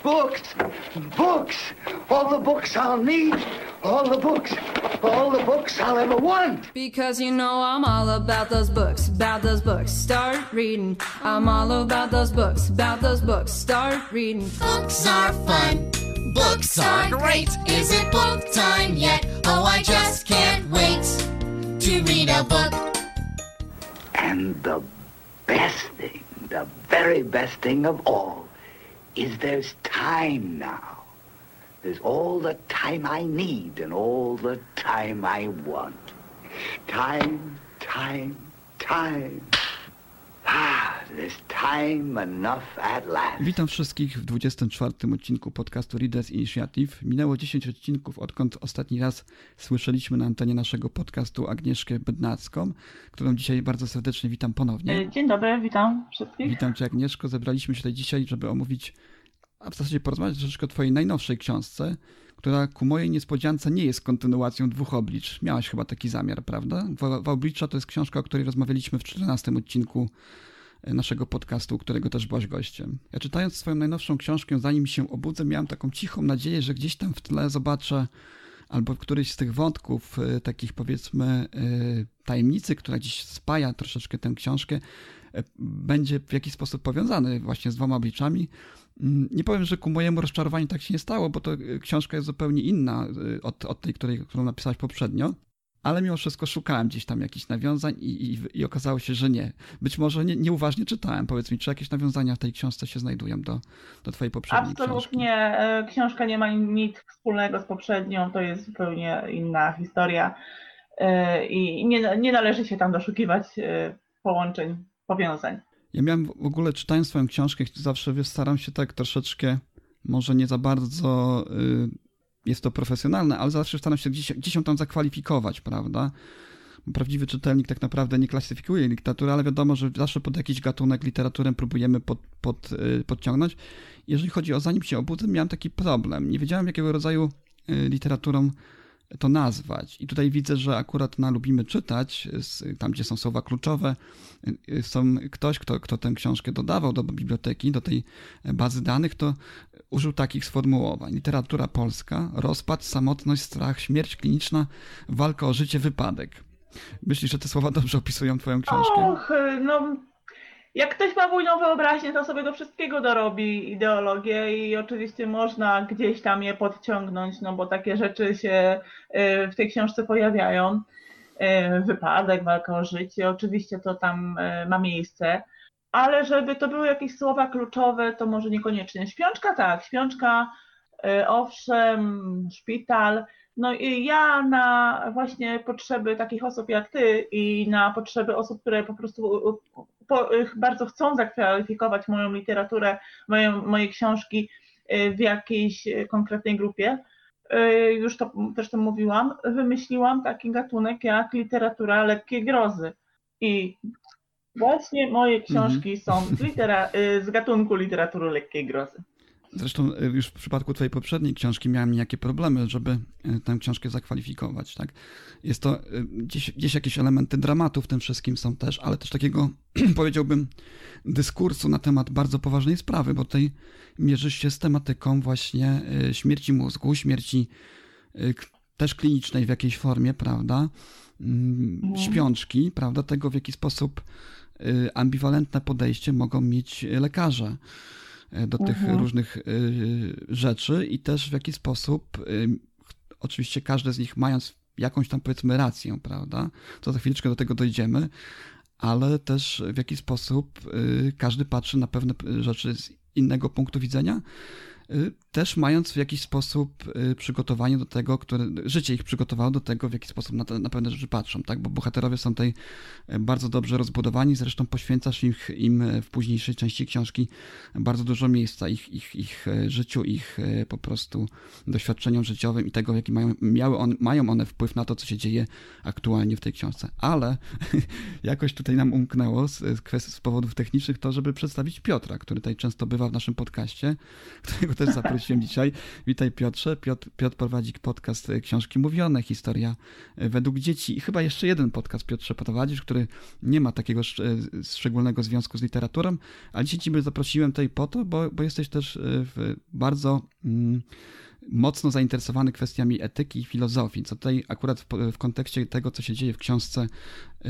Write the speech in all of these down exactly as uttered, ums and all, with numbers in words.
Books, books, all the books I'll need, all the books, all the books I'll ever want. Because you know I'm all about those books, about those books, start reading. I'm all about those books, about those books, start reading. Books are fun, books are great. Is it book time yet? Oh, I just can't wait to read a book. And the best thing, the very best thing of all, is there's time now. There's all the time I need and all the time I want. Time, time, time. Ah, there's time enough at last. Witam wszystkich w dwudziestym czwartym odcinku podcastu Readers Initiative. Minęło dziesięć odcinków, odkąd ostatni raz słyszeliśmy na antenie naszego podcastu Agnieszkę Bednacką, którą dzisiaj bardzo serdecznie witam ponownie. Dzień dobry, witam wszystkich. Witam Cię, Agnieszko. Zebraliśmy się tutaj dzisiaj, żeby omówić, a w zasadzie porozmawiać troszeczkę o Twojej najnowszej książce, która ku mojej niespodziance nie jest kontynuacją Dwóch oblicz. Miałaś chyba taki zamiar, prawda? Dwa oblicza to jest książka, o której rozmawialiśmy w czternastym odcinku naszego podcastu, którego też byłaś gościem. Ja czytając swoją najnowszą książkę, zanim się obudzę, miałem taką cichą nadzieję, że gdzieś tam w tle zobaczę albo któryś z tych wątków, takich powiedzmy tajemnicy, która dziś spaja troszeczkę tę książkę, będzie w jakiś sposób powiązany właśnie z Dwoma obliczami. Nie powiem, że ku mojemu rozczarowaniu tak się nie stało, bo to książka jest zupełnie inna od, od tej, której, którą napisałaś poprzednio, ale mimo wszystko szukałem gdzieś tam jakichś nawiązań i, i, i okazało się, że nie. Być może nie, nieuważnie czytałem. Powiedz mi, czy jakieś nawiązania w tej książce się znajdują do, do twojej poprzedniej Absolutnie. książki? Absolutnie. Książka nie ma nic wspólnego z poprzednią, to jest zupełnie inna historia i nie, nie należy się tam doszukiwać połączeń, powiązań. Ja miałem w ogóle, czytając swoją książkę, zawsze wiesz, staram się tak troszeczkę, może nie za bardzo y, jest to profesjonalne, ale zawsze staram się gdzieś, gdzieś ją tam zakwalifikować, prawda? Prawdziwy czytelnik tak naprawdę nie klasyfikuje literatury, ale wiadomo, że zawsze pod jakiś gatunek literaturę próbujemy pod, pod, y, podciągnąć. Jeżeli chodzi o Zanim się obudzę, miałem taki problem. Nie wiedziałem, jakiego rodzaju y, literaturą to nazwać. I tutaj widzę, że akurat na Lubimy Czytać, tam gdzie są słowa kluczowe, są ktoś, kto, kto tę książkę dodawał do biblioteki, do tej bazy danych, to użył takich sformułowań. Literatura polska, rozpad, samotność, strach, śmierć kliniczna, walka o życie, wypadek. Myślisz, że te słowa dobrze opisują twoją książkę? Och, no... Jak ktoś ma bujną wyobraźnię, to sobie do wszystkiego dorobi ideologię i oczywiście można gdzieś tam je podciągnąć, no bo takie rzeczy się w tej książce pojawiają. Wypadek, walka o życie, oczywiście to tam ma miejsce, ale żeby to były jakieś słowa kluczowe, to może niekoniecznie. Śpiączka tak, śpiączka owszem, szpital. No i ja na właśnie potrzeby takich osób jak ty i na potrzeby osób, które po prostu po, bardzo chcą zakwalifikować moją literaturę, moje, moje książki w jakiejś konkretnej grupie, już to też to mówiłam, wymyśliłam taki gatunek jak literatura lekkiej grozy. I właśnie moje książki są z, litera- z gatunku literatury lekkiej grozy. Zresztą już w przypadku twojej poprzedniej książki miałem niejakie problemy, żeby tę książkę zakwalifikować. Tak? Jest to gdzieś, gdzieś jakieś elementy dramatu w tym wszystkim są też, ale też takiego, powiedziałbym, dyskursu na temat bardzo poważnej sprawy, bo tutaj mierzysz się z tematyką właśnie śmierci mózgu, śmierci też klinicznej w jakiejś formie, prawda? Śpiączki, prawda? Tego, w jaki sposób ambiwalentne podejście mogą mieć lekarze do tych mhm. różnych y, rzeczy i też w jaki sposób, y, oczywiście każdy z nich mając jakąś tam powiedzmy rację, prawda, to za chwileczkę do tego dojdziemy, ale też w jaki sposób y, każdy patrzy na pewne rzeczy z innego punktu widzenia, y, też mając w jakiś sposób y, przygotowanie do tego, które, życie ich przygotowało do tego, w jaki sposób na, te, na pewne rzeczy patrzą, tak, bo bohaterowie są tutaj bardzo dobrze rozbudowani, zresztą poświęcasz ich, im w późniejszej części książki bardzo dużo miejsca, ich, ich, ich życiu, ich po prostu doświadczeniom życiowym i tego, jaki mają, miały on, mają one wpływ na to, co się dzieje aktualnie w tej książce. Ale jakoś tutaj nam umknęło z, z powodów technicznych to, żeby przedstawić Piotra, który tutaj często bywa w naszym podcaście, którego też zaprosiliśmy zaprosiłem dzisiaj. Witaj Piotrze. Piotr, Piotr prowadzi podcast Książki Mówione, historia według dzieci i chyba jeszcze jeden podcast Piotrze prowadzisz, który nie ma takiego szczególnego związku z literaturą, ale dzisiaj ciebie zaprosiłem tutaj po to, bo, bo jesteś też bardzo mm, mocno zainteresowany kwestiami etyki i filozofii, co tutaj akurat w, w kontekście tego, co się dzieje w książce yy,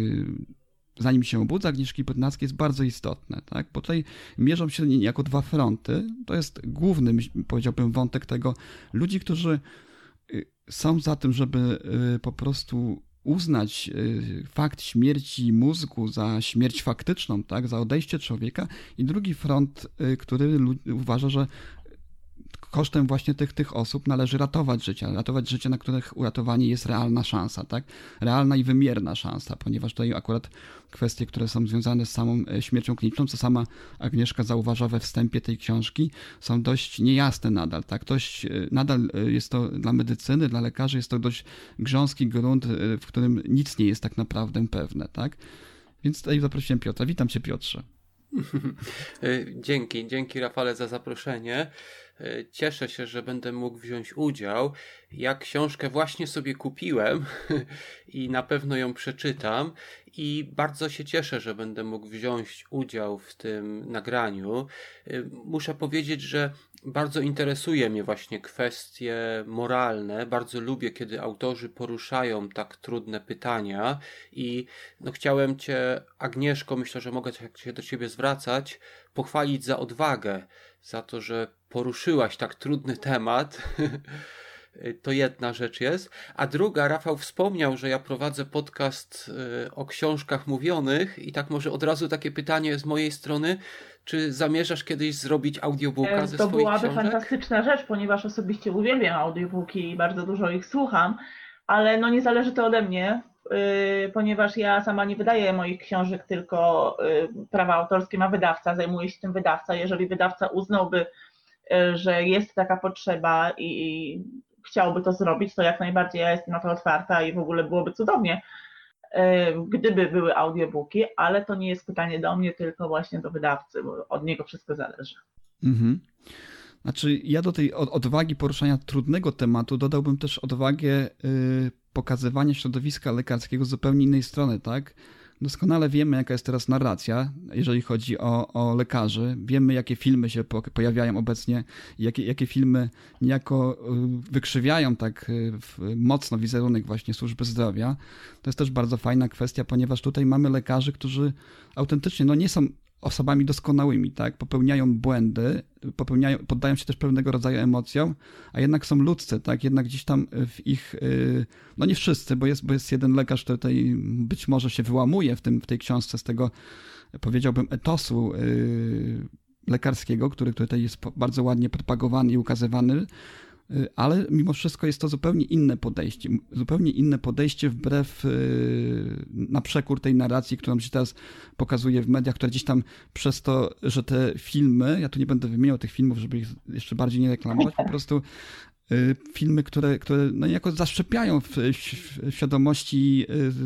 Zanim się obudza Agnieszki Brodnackiej jest bardzo istotne, tak? Bo tutaj mierzą się jako dwa fronty. To jest główny, powiedziałbym, wątek tego ludzi, którzy są za tym, żeby po prostu uznać fakt śmierci mózgu za śmierć faktyczną, tak? Za odejście człowieka, i drugi front, który uważa, że kosztem właśnie tych, tych osób należy ratować życie, ratować życie, na których uratowanie jest realna szansa, tak? Realna i wymierna szansa, ponieważ tutaj akurat kwestie, które są związane z samą śmiercią kliniczną, co sama Agnieszka zauważa we wstępie tej książki, są dość niejasne nadal, tak? Dość, nadal jest to dla medycyny, dla lekarzy jest to dość grząski grunt, w którym nic nie jest tak naprawdę pewne, tak? Więc tutaj zaprosiłem Piotra. Witam cię, Piotrze. Dzięki, dzięki Rafale za zaproszenie. Cieszę się, że będę mógł wziąć udział. Ja książkę właśnie sobie kupiłem i na pewno ją przeczytam i bardzo się cieszę, że będę mógł wziąć udział w tym nagraniu. Muszę powiedzieć, że bardzo interesuje mnie właśnie kwestie moralne. Bardzo lubię, kiedy autorzy poruszają tak trudne pytania i no, chciałem cię, Agnieszko, myślę, że mogę się do ciebie zwracać, pochwalić za odwagę, za to, że poruszyłaś tak trudny temat. To jedna rzecz jest. A druga, Rafał wspomniał, że ja prowadzę podcast o książkach mówionych i tak może od razu takie pytanie z mojej strony. Czy zamierzasz kiedyś zrobić audiobooka ze to swoich książek? To byłaby fantastyczna rzecz, ponieważ osobiście uwielbiam audiobooki i bardzo dużo ich słucham, ale no nie zależy to ode mnie, yy, ponieważ ja sama nie wydaję moich książek, tylko yy, prawa autorskie ma wydawca, zajmuje się tym wydawca. Jeżeli wydawca uznałby, yy, że jest taka potrzeba i, i chciałby to zrobić, to jak najbardziej ja jestem na to otwarta i w ogóle byłoby cudownie, gdyby były audiobooki, ale to nie jest pytanie do mnie, tylko właśnie do wydawcy, bo od niego wszystko zależy. Mhm. Znaczy ja do tej odwagi poruszania trudnego tematu dodałbym też odwagę pokazywania środowiska lekarskiego z zupełnie innej strony, tak? Doskonale wiemy, jaka jest teraz narracja, jeżeli chodzi o, o lekarzy. Wiemy, jakie filmy się po, pojawiają obecnie, jakie, jakie filmy niejako wykrzywiają tak mocno wizerunek właśnie służby zdrowia. To jest też bardzo fajna kwestia, ponieważ tutaj mamy lekarzy, którzy autentycznie no, nie są osobami doskonałymi, tak? Popełniają błędy, popełniają, poddają się też pewnego rodzaju emocjom, a jednak są ludzcy, tak? Jednak gdzieś tam w ich, no nie wszyscy, bo jest, bo jest jeden lekarz, który tutaj być może się wyłamuje w, tym, w tej książce z tego, powiedziałbym, etosu lekarskiego, który tutaj jest bardzo ładnie propagowany i ukazywany, ale mimo wszystko jest to zupełnie inne podejście, zupełnie inne podejście wbrew, na przekór tej narracji, którą się teraz pokazuje w mediach, które gdzieś tam przez to, że te filmy, ja tu nie będę wymieniał tych filmów, żeby ich jeszcze bardziej nie reklamować, po prostu filmy, które, które no niejako zaszczepiają w, w świadomości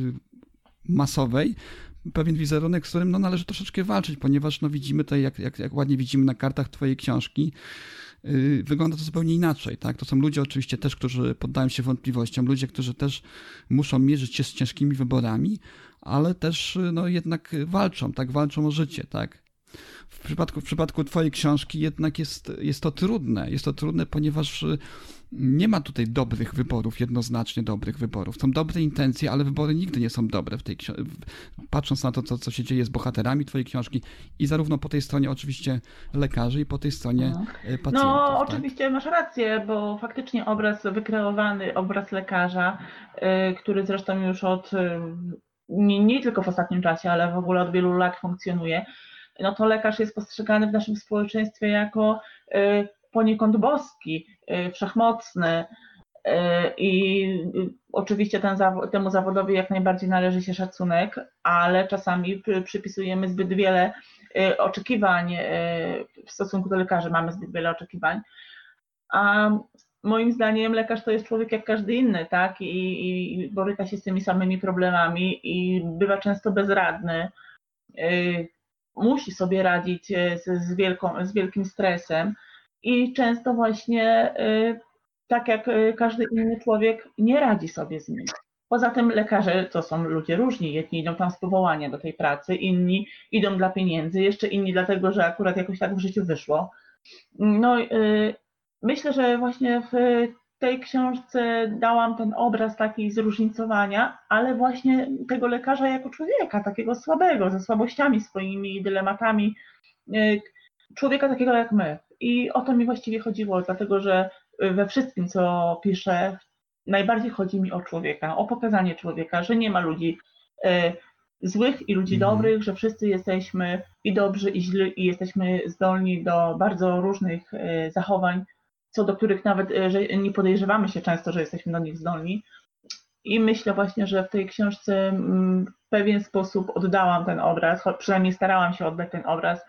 masowej pewien wizerunek, z którym no należy troszeczkę walczyć, ponieważ no widzimy tutaj, jak, jak, jak ładnie widzimy na kartach twojej książki, wygląda to zupełnie inaczej, tak? To są ludzie oczywiście też, którzy poddają się wątpliwościom, ludzie, którzy też muszą mierzyć się z ciężkimi wyborami, ale też no jednak walczą, tak? Walczą o życie, tak? W przypadku, w przypadku twojej książki jednak jest, jest to trudne. Jest to trudne, ponieważ nie ma tutaj dobrych wyborów, jednoznacznie dobrych wyborów. Są dobre intencje, ale wybory nigdy nie są dobre w tej książce. Patrząc na to, co, co się dzieje z bohaterami twojej książki i zarówno po tej stronie oczywiście lekarzy i po tej stronie no. pacjentów. No tak? oczywiście masz rację, bo faktycznie obraz, wykreowany obraz lekarza, yy, który zresztą już od, yy, nie, nie tylko w ostatnim czasie, ale w ogóle od wielu lat funkcjonuje, no to lekarz jest postrzegany w naszym społeczeństwie jako y, poniekąd boski, y, wszechmocny y, i y, oczywiście ten zawo- temu zawodowi jak najbardziej należy się szacunek, ale czasami przy, przypisujemy zbyt wiele y, oczekiwań y, w stosunku do lekarzy, mamy zbyt wiele oczekiwań, a moim zdaniem lekarz to jest człowiek jak każdy inny, tak, i, i boryka się z tymi samymi problemami i bywa często bezradny, y, musi sobie radzić z, z, wielką, z wielkim stresem i często właśnie tak jak każdy inny człowiek nie radzi sobie z nim. Poza tym lekarze to są ludzie różni, jedni idą tam z powołania do tej pracy, inni idą dla pieniędzy, jeszcze inni dlatego, że akurat jakoś tak w życiu wyszło. No myślę, że właśnie w tej książce dałam ten obraz takiej zróżnicowania, ale właśnie tego lekarza jako człowieka, takiego słabego, ze słabościami swoimi, dylematami, człowieka takiego jak my. I o to mi właściwie chodziło, dlatego że we wszystkim, co piszę, najbardziej chodzi mi o człowieka, o pokazanie człowieka, że nie ma ludzi złych i ludzi dobrych, że wszyscy jesteśmy i dobrzy, i źli, i jesteśmy zdolni do bardzo różnych zachowań, co do których nawet że nie podejrzewamy się często, że jesteśmy do nich zdolni. I myślę właśnie, że w tej książce w pewien sposób oddałam ten obraz, przynajmniej starałam się oddać ten obraz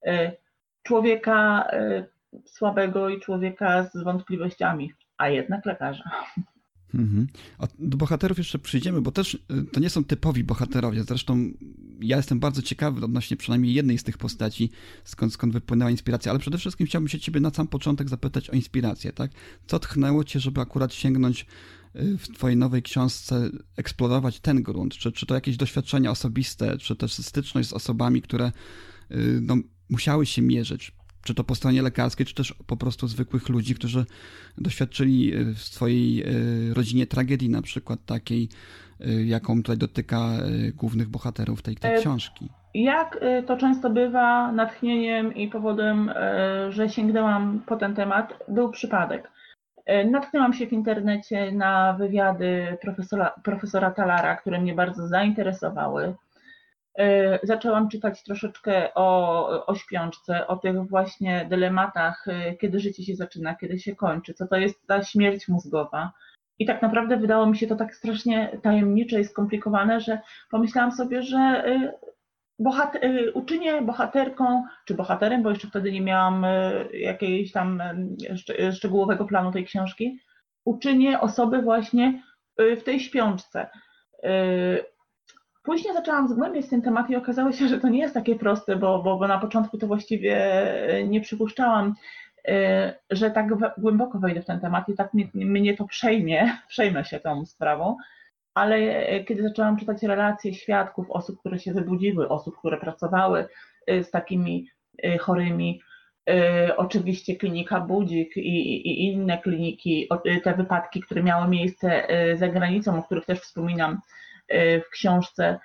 człowieka słabego i człowieka z wątpliwościami, a jednak lekarza. Mhm. A do bohaterów jeszcze przyjdziemy, bo też to nie są typowi bohaterowie. Zresztą ja jestem bardzo ciekawy odnośnie przynajmniej jednej z tych postaci, skąd, skąd wypłynęła inspiracja, ale przede wszystkim chciałbym się ciebie na sam początek zapytać o inspirację, tak? Co tchnęło cię, żeby akurat sięgnąć w twojej nowej książce, eksplorować ten grunt? Czy, czy to jakieś doświadczenia osobiste, czy też styczność z osobami, które no, musiały się mierzyć? Czy to po stronie lekarskiej, czy też po prostu zwykłych ludzi, którzy doświadczyli w swojej rodzinie tragedii, na przykład takiej, jaką tutaj dotyka głównych bohaterów tej, tej książki. Jak to często bywa, natchnieniem i powodem, że sięgnęłam po ten temat, był przypadek. Natknęłam się w internecie na wywiady profesora, profesora Talara, które mnie bardzo zainteresowały. Zaczęłam czytać troszeczkę o, o śpiączce, o tych właśnie dylematach, kiedy życie się zaczyna, kiedy się kończy, co to jest ta śmierć mózgowa. I tak naprawdę wydało mi się to tak strasznie tajemnicze i skomplikowane, że pomyślałam sobie, że bohater, uczynię bohaterką, czy bohaterem, bo jeszcze wtedy nie miałam jakiegoś tam szczegółowego planu tej książki, uczynię osobę właśnie w tej śpiączce. Później zaczęłam zgłębiać ten temat i okazało się, że to nie jest takie proste, bo, bo, bo na początku to właściwie nie przypuszczałam, że tak głęboko wejdę w ten temat i tak mnie, mnie to przejmie, przejmę się tą sprawą, ale kiedy zaczęłam czytać relacje świadków, osób, które się wybudziły, osób, które pracowały z takimi chorymi, oczywiście klinika Budzik i, i inne kliniki, te wypadki, które miały miejsce za granicą, o których też wspominam w książce,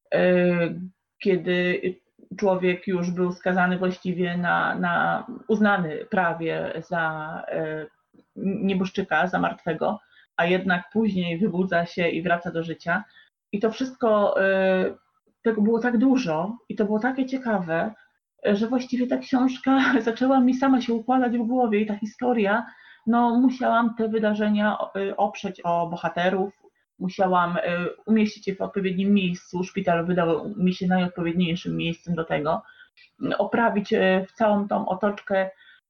kiedy człowiek już był skazany właściwie na, na uznany prawie za nieboszczyka, za martwego, a jednak później wybudza się i wraca do życia. I to wszystko, tego było tak dużo i to było takie ciekawe, że właściwie ta książka zaczęła mi sama się układać w głowie i ta historia, no musiałam te wydarzenia oprzeć o bohaterów, musiałam umieścić je w odpowiednim miejscu, szpital wydał mi się najodpowiedniejszym miejscem do tego, oprawić w całą tą otoczkę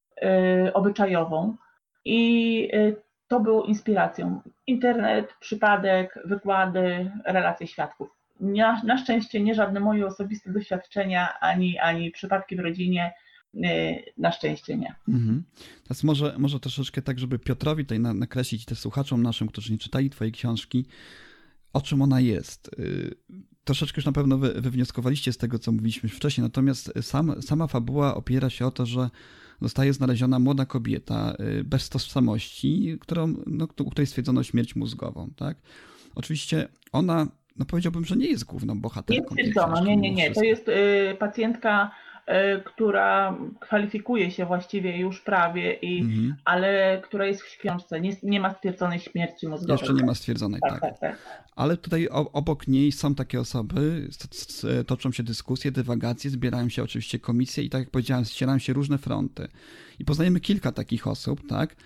obyczajową i to było inspiracją. Internet, przypadek, wykłady, relacje świadków. Na, na szczęście nie żadne moje osobiste doświadczenia, ani, ani przypadki w rodzinie, na szczęście nie. Mhm. Teraz może, może troszeczkę tak, żeby Piotrowi tutaj nakreślić, też słuchaczom naszym, którzy nie czytali twojej książki, o czym ona jest. Troszeczkę już na pewno wy, wywnioskowaliście z tego, co mówiliśmy wcześniej, natomiast sam, sama fabuła opiera się o to, że zostaje znaleziona młoda kobieta bez tożsamości, którą, no, u której stwierdzono śmierć mózgową. Tak? Oczywiście ona, no powiedziałbym, że nie jest główną bohaterką. Nie stwierdzono, nie, nie, nie. To jest y, pacjentka, która kwalifikuje się właściwie już prawie, i, mhm. ale która jest w śpiączce, nie, nie ma stwierdzonej śmierci mózgowej. Jeszcze nie ma stwierdzonej, tak. tak. tak, tak. Ale tutaj obok niej są takie osoby, toczą się dyskusje, dywagacje, zbierają się oczywiście komisje i tak jak powiedziałem, ścierają się różne fronty. I poznajemy kilka takich osób, tak?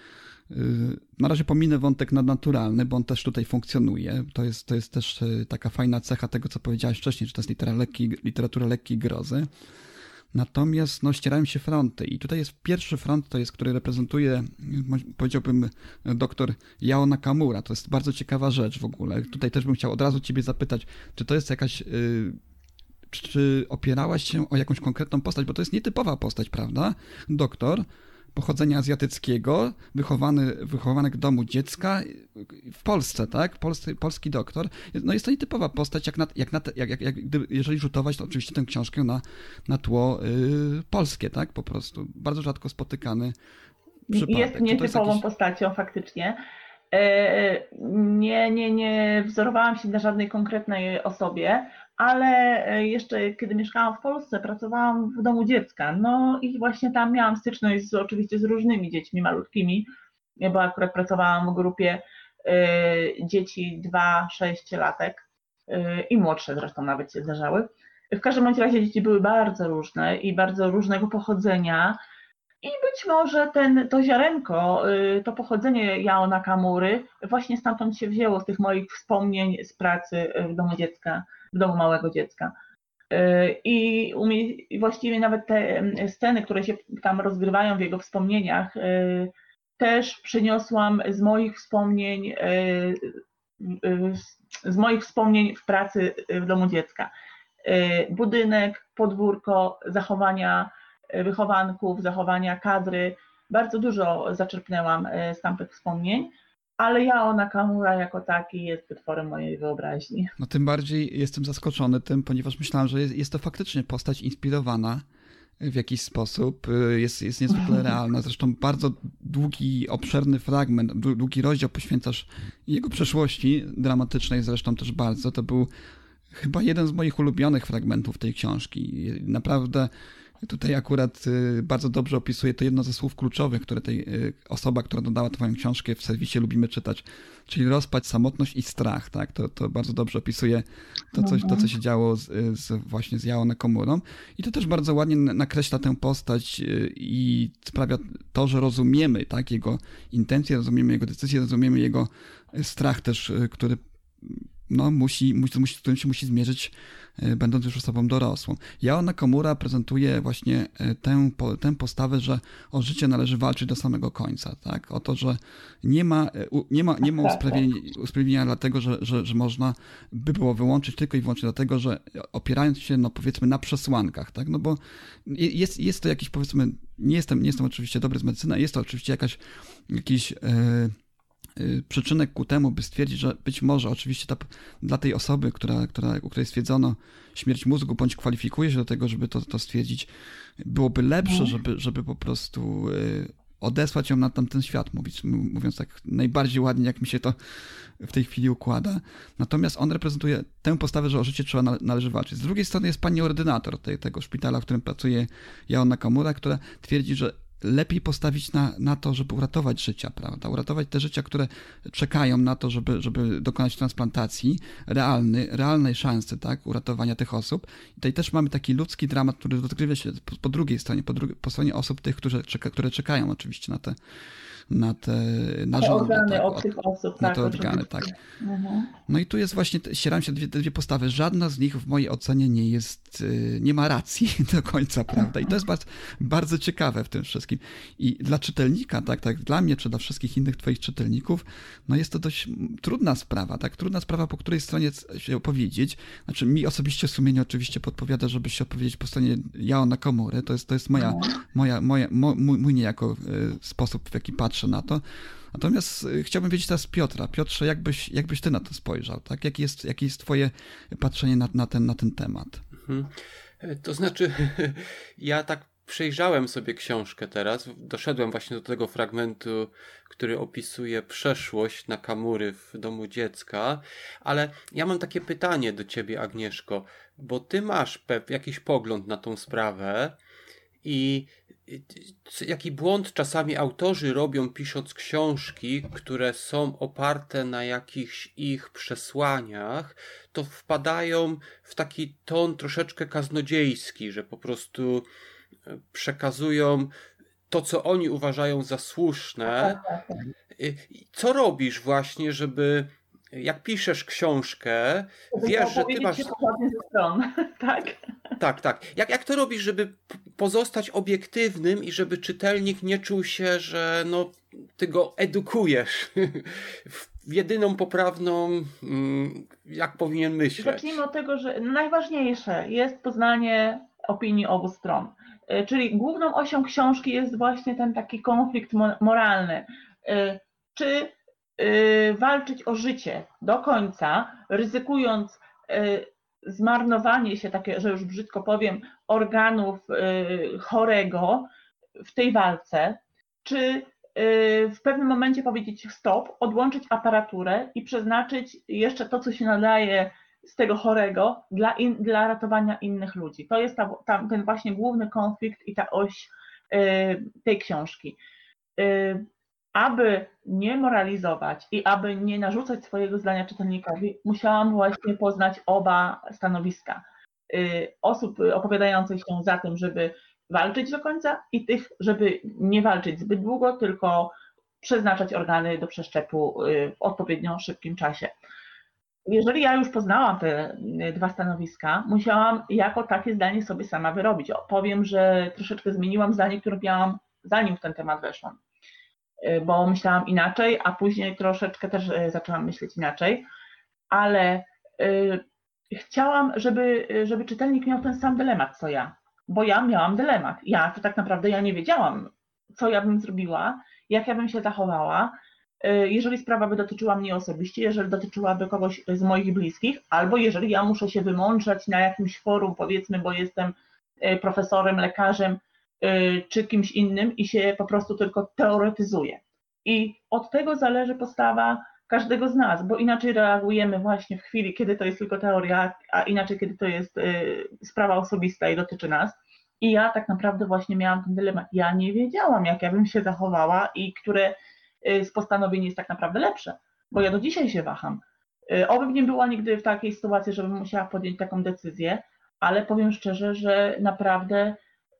Na razie pominę wątek nadnaturalny, bo on też tutaj funkcjonuje. To jest, to jest też taka fajna cecha tego, co powiedziałeś wcześniej, że to jest literatura lekkiej, literatura lekkiej grozy. Natomiast no, ścierają się fronty i tutaj jest pierwszy front, to jest, który reprezentuje, powiedziałbym, doktor Yao Nakamura. To jest bardzo ciekawa rzecz w ogóle. Tutaj też bym chciał od razu ciebie zapytać, czy to jest jakaś, yy, czy opierałaś się o jakąś konkretną postać, bo to jest nietypowa postać, prawda? Doktor, pochodzenia azjatyckiego, wychowany, wychowanek w domu dziecka w Polsce, tak? Polscy, polski doktor. No jest to nietypowa postać, jak, na, jak, na, jak, jak, jak jeżeli rzutować, to oczywiście tę książkę na, na tło y, polskie, tak? Po prostu. Bardzo rzadko spotykany przypadek. Jest nietypową jakiś... postacią faktycznie. Nie, nie, nie wzorowałam się na żadnej konkretnej osobie, ale jeszcze kiedy mieszkałam w Polsce, pracowałam w domu dziecka, no i właśnie tam miałam styczność z, oczywiście z różnymi dziećmi malutkimi, bo akurat pracowałam w grupie y, dzieci dwa sześć latek y, i młodsze zresztą nawet się zdarzały. W każdym bądź razie dzieci były bardzo różne i bardzo różnego pochodzenia. I być może ten, to ziarenko, to pochodzenie Yao Nakamury właśnie stamtąd się wzięło, z tych moich wspomnień z pracy w domu dziecka, w domu małego dziecka. I właściwie nawet te sceny, które się tam rozgrywają w jego wspomnieniach, też przyniosłam z moich wspomnień, z moich wspomnień w pracy w domu dziecka. Budynek, podwórko, zachowania wychowanków, zachowania kadry. Bardzo dużo zaczerpnęłam z tamtych wspomnień, ale Yao Nakamura jako taki jest wytworem mojej wyobraźni. No tym bardziej jestem zaskoczony tym, ponieważ myślałem, że jest, jest to faktycznie postać inspirowana w jakiś sposób. Jest, jest niezwykle realna. Zresztą bardzo długi, obszerny fragment, długi rozdział poświęcasz jego przeszłości, dramatycznej zresztą też bardzo. To był chyba jeden z moich ulubionych fragmentów tej książki. Naprawdę tutaj akurat bardzo dobrze opisuje to jedno ze słów kluczowych, które tej osoba, która dodała twoją książkę w serwisie Lubimy Czytać, czyli rozpacz, samotność i strach. Tak? To, to bardzo dobrze opisuje to, co, to, co się działo z, z właśnie z Yao Nakamurą. I to też bardzo ładnie nakreśla tę postać i sprawia to, że rozumiemy, tak, jego intencje, rozumiemy jego decyzje, rozumiemy jego strach też, który no, musi, musi, z którym się musi zmierzyć, będąc już osobą dorosłą. Yao Nakamura prezentuje właśnie tę, tę postawę, że o życie należy walczyć do samego końca. Tak? O to, że nie ma, nie ma, nie ma usprawiedliwienia, usprawiedliwienia dlatego, że, że, że można by było wyłączyć tylko i wyłącznie dlatego, że opierając się, no powiedzmy, na przesłankach. Tak? No bo jest, jest to jakiś, powiedzmy, nie jestem, nie jestem oczywiście dobry z medycyny, jest to oczywiście jakaś, jakiś... Yy, przyczynek ku temu, by stwierdzić, że być może oczywiście ta, dla tej osoby, która, która, u której stwierdzono śmierć mózgu, bądź kwalifikuje się do tego, żeby to, to stwierdzić, byłoby lepsze, żeby, żeby po prostu odesłać ją na tamten świat, mówić, mówiąc tak najbardziej ładnie, jak mi się to w tej chwili układa. Natomiast on reprezentuje tę postawę, że o życie trzeba należy walczyć. Z drugiej strony jest pani ordynator tej, tego szpitala, w którym pracuje Yao Nakamura, która twierdzi, że lepiej postawić na, na to, żeby uratować życia, prawda? Uratować te życia, które czekają na to, żeby, żeby dokonać transplantacji, realny, realnej szansy, tak, uratowania tych osób. I tutaj też mamy taki ludzki dramat, który rozgrywa się po, po drugiej stronie, po, drugi, po stronie osób tych, którzy, czeka, które czekają oczywiście na te na te narządy, organy tak, od tych osób, na tak, te organy, tak. Mhm. No i tu jest właśnie, ścieram się dwie, dwie postawy. Żadna z nich w mojej ocenie nie jest, nie ma racji do końca, prawda? I to jest bardzo, bardzo ciekawe w tym wszystkim. I dla czytelnika, tak, tak, dla mnie, czy dla wszystkich innych twoich czytelników, no jest to dość trudna sprawa, tak? Trudna sprawa, po której stronie się opowiedzieć. Znaczy, mi osobiście sumienie oczywiście podpowiada, żeby się opowiedzieć po stronie Yao Nakamury. To jest, to jest moja, moja, moja, mój, mój niejako sposób, w jaki patrzę na to. Natomiast chciałbym wiedzieć teraz Piotra. Piotrze, jakbyś, jakbyś ty na to spojrzał? Tak? Jakie jest, jakie jest twoje patrzenie na, na, ten, na ten temat? Mhm. To znaczy, ja tak przejrzałem sobie książkę teraz, doszedłem właśnie do tego fragmentu, który opisuje przeszłość Nakamury w domu dziecka, ale ja mam takie pytanie do ciebie, Agnieszko, bo ty masz pew- jakiś pogląd na tą sprawę i jaki błąd czasami autorzy robią, pisząc książki, które są oparte na jakichś ich przesłaniach, to wpadają w taki ton troszeczkę kaznodziejski, że po prostu przekazują to, co oni uważają za słuszne. Co robisz właśnie, żeby jak piszesz książkę, wiesz, że ty masz... Się ze stron, tak? Tak, tak. Jak, jak to robisz, żeby pozostać obiektywnym i żeby czytelnik nie czuł się, że no, ty go edukujesz w jedyną poprawną, jak powinien myśleć? Zacznijmy od tego, że najważniejsze jest poznanie opinii obu stron. Czyli główną osią książki jest właśnie ten taki konflikt moralny. Czy walczyć o życie do końca, ryzykując zmarnowanie się, takie, że już brzydko powiem, organów chorego w tej walce, czy w pewnym momencie powiedzieć stop, odłączyć aparaturę i przeznaczyć jeszcze to, co się nadaje z tego chorego dla, in, dla ratowania innych ludzi. To jest ta, ta, ten właśnie główny konflikt i ta oś y, tej książki. Y, aby nie moralizować i aby nie narzucać swojego zdania czytelnikowi, musiałam właśnie poznać oba stanowiska. Y, osób opowiadających się za tym, żeby walczyć do końca i tych, żeby nie walczyć zbyt długo, tylko przeznaczać organy do przeszczepu w odpowiednio szybkim czasie. Jeżeli ja już poznałam te dwa stanowiska, musiałam jako takie zdanie sobie sama wyrobić. Powiem, że troszeczkę zmieniłam zdanie, które miałam zanim w ten temat weszłam, bo myślałam inaczej, a później troszeczkę też zaczęłam myśleć inaczej, ale chciałam, żeby, żeby czytelnik miał ten sam dylemat co ja, bo ja miałam dylemat. Ja to tak naprawdę ja nie wiedziałam, co ja bym zrobiła, jak ja bym się zachowała, jeżeli sprawa by dotyczyła mnie osobiście, jeżeli dotyczyłaby kogoś z moich bliskich, albo jeżeli ja muszę się wymądrzać na jakimś forum, powiedzmy, bo jestem profesorem, lekarzem czy kimś innym i się po prostu tylko teoretyzuję. I od tego zależy postawa każdego z nas, bo inaczej reagujemy właśnie w chwili, kiedy to jest tylko teoria, a inaczej, kiedy to jest sprawa osobista i dotyczy nas. I ja tak naprawdę właśnie miałam ten dylemat. Ja nie wiedziałam, jak ja bym się zachowała i które z postanowień jest tak naprawdę lepsze, bo ja do dzisiaj się waham. Obym nie była nigdy w takiej sytuacji, żebym musiała podjąć taką decyzję, ale powiem szczerze, że naprawdę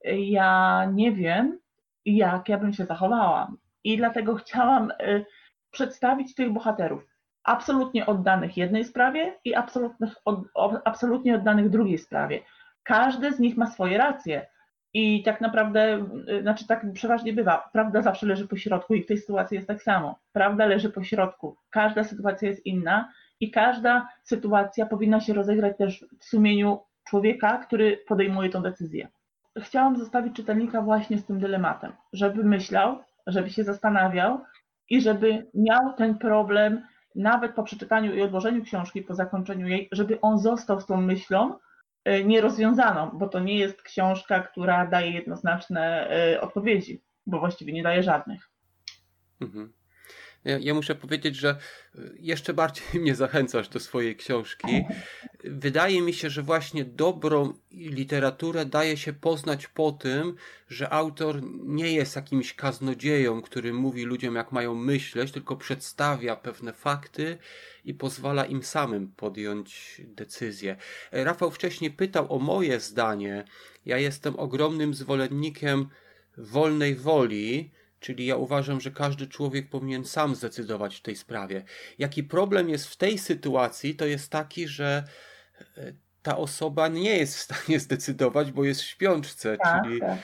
ja nie wiem, jak ja bym się zachowała. I dlatego chciałam przedstawić tych bohaterów, absolutnie oddanych jednej sprawie i absolutnie, absolutnie oddanych drugiej sprawie. Każdy z nich ma swoje racje. I tak naprawdę, znaczy tak przeważnie bywa, prawda zawsze leży po środku i w tej sytuacji jest tak samo. Prawda leży po środku. Każda sytuacja jest inna i każda sytuacja powinna się rozegrać też w sumieniu człowieka, który podejmuje tę decyzję. Chciałam zostawić czytelnika właśnie z tym dylematem, żeby myślał, żeby się zastanawiał i żeby miał ten problem nawet po przeczytaniu i odłożeniu książki, po zakończeniu jej, żeby on został z tą myślą nierozwiązaną, bo to nie jest książka, która daje jednoznaczne odpowiedzi, bo właściwie nie daje żadnych. Mhm. Ja, ja muszę powiedzieć, że jeszcze bardziej mnie zachęcasz do swojej książki. Wydaje mi się, że właśnie dobrą literaturę daje się poznać po tym, że autor nie jest jakimś kaznodzieją, który mówi ludziom, jak mają myśleć, tylko przedstawia pewne fakty i pozwala im samym podjąć decyzję. Rafał wcześniej pytał o moje zdanie. Ja jestem ogromnym zwolennikiem wolnej woli, czyli ja uważam, że każdy człowiek powinien sam zdecydować w tej sprawie. Jaki problem jest w tej sytuacji, to jest taki, że ta osoba nie jest w stanie zdecydować, bo jest w śpiączce, tak, czyli tak.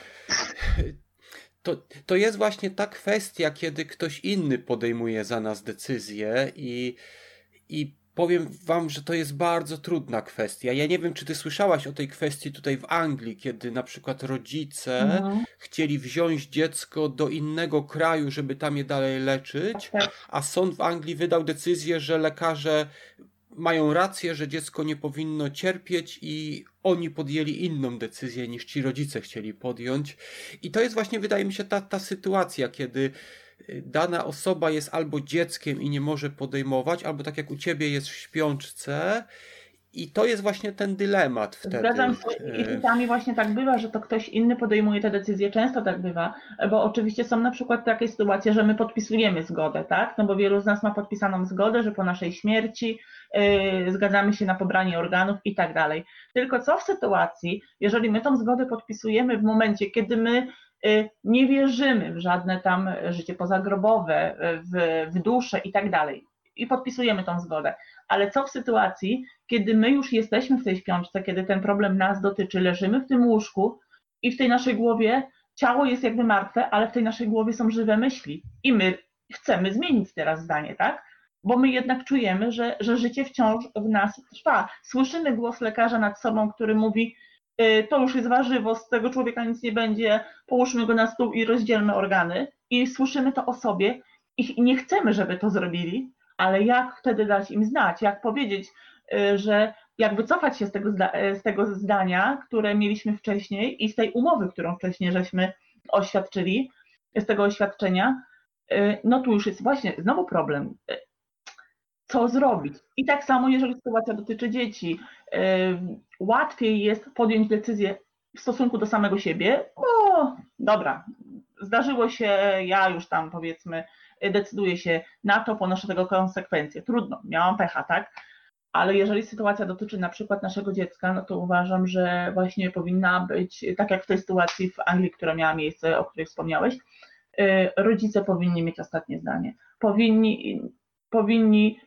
To, to jest właśnie ta kwestia, kiedy ktoś inny podejmuje za nas decyzję i, i powiem wam, że to jest bardzo trudna kwestia. Ja nie wiem, czy ty słyszałaś o tej kwestii tutaj w Anglii, kiedy na przykład rodzice mhm. chcieli wziąć dziecko do innego kraju, żeby tam je dalej leczyć, a sąd w Anglii wydał decyzję, że lekarze mają rację, że dziecko nie powinno cierpieć i oni podjęli inną decyzję niż ci rodzice chcieli podjąć. I to jest właśnie, wydaje mi się, ta, ta sytuacja, kiedy dana osoba jest albo dzieckiem i nie może podejmować, albo tak jak u ciebie jest w śpiączce i to jest właśnie ten dylemat wtedy. Zgadzam się i czasami właśnie tak bywa, że to ktoś inny podejmuje te decyzje, często tak bywa, bo oczywiście są na przykład takie sytuacje, że my podpisujemy zgodę, tak? No bo wielu z nas ma podpisaną zgodę, że po naszej śmierci yy, zgadzamy się na pobranie organów i tak dalej. Tylko co w sytuacji, jeżeli my tą zgodę podpisujemy w momencie, kiedy my nie wierzymy w żadne tam życie pozagrobowe, w, w duszę i tak dalej. I podpisujemy tą zgodę. Ale co w sytuacji, kiedy my już jesteśmy w tej śpiączce, kiedy ten problem nas dotyczy, leżymy w tym łóżku i w tej naszej głowie ciało jest jakby martwe, ale w tej naszej głowie są żywe myśli. I my chcemy zmienić teraz zdanie, tak? Bo my jednak czujemy, że, że życie wciąż w nas trwa. Słyszymy głos lekarza nad sobą, który mówi: to już jest warzywo, z tego człowieka nic nie będzie, połóżmy go na stół i rozdzielmy organy. I słyszymy to o sobie i nie chcemy, żeby to zrobili, ale jak wtedy dać im znać, jak powiedzieć, że jak wycofać się z tego, z tego zdania, które mieliśmy wcześniej i z tej umowy, którą wcześniej żeśmy oświadczyli, z tego oświadczenia, no tu już jest właśnie znowu problem. Co zrobić? I tak samo, jeżeli sytuacja dotyczy dzieci, łatwiej jest podjąć decyzję w stosunku do samego siebie, o, dobra, zdarzyło się, ja już tam powiedzmy decyduję się na to, ponoszę tego konsekwencje. Trudno, miałam pecha, tak? Ale jeżeli sytuacja dotyczy na przykład naszego dziecka, no to uważam, że właśnie powinna być, tak jak w tej sytuacji w Anglii, która miała miejsce, o której wspomniałeś, rodzice powinni mieć ostatnie zdanie. Powinni, powinni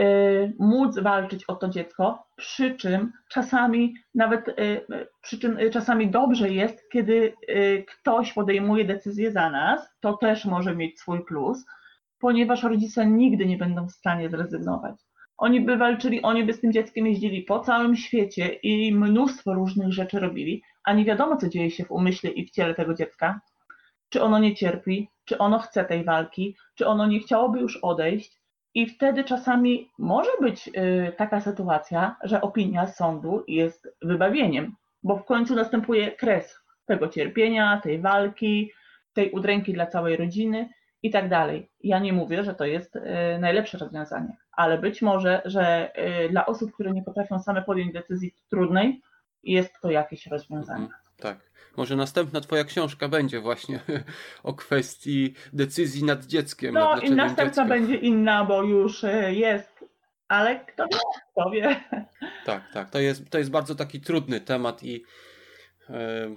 móc walczyć o to dziecko, przy czym czasami nawet przy czym czasami dobrze jest, kiedy ktoś podejmuje decyzję za nas, to też może mieć swój plus, ponieważ rodzice nigdy nie będą w stanie zrezygnować. Oni by walczyli, oni by z tym dzieckiem jeździli po całym świecie i mnóstwo różnych rzeczy robili, a nie wiadomo, co dzieje się w umyśle i w ciele tego dziecka. Czy ono nie cierpi, czy ono chce tej walki, czy ono nie chciałoby już odejść. I wtedy czasami może być y, taka sytuacja, że opinia sądu jest wybawieniem, bo w końcu następuje kres tego cierpienia, tej walki, tej udręki dla całej rodziny i tak dalej. Ja nie mówię, że to jest y, najlepsze rozwiązanie, ale być może, że y, dla osób, które nie potrafią same podjąć decyzji trudnej, jest to jakieś rozwiązanie. Mhm, tak. Może następna twoja książka będzie właśnie o kwestii decyzji nad dzieckiem. No nad i następna dziecka. będzie inna, bo już jest, ale kto wie, kto wie. Tak, tak. To jest, to jest bardzo taki trudny temat i yy,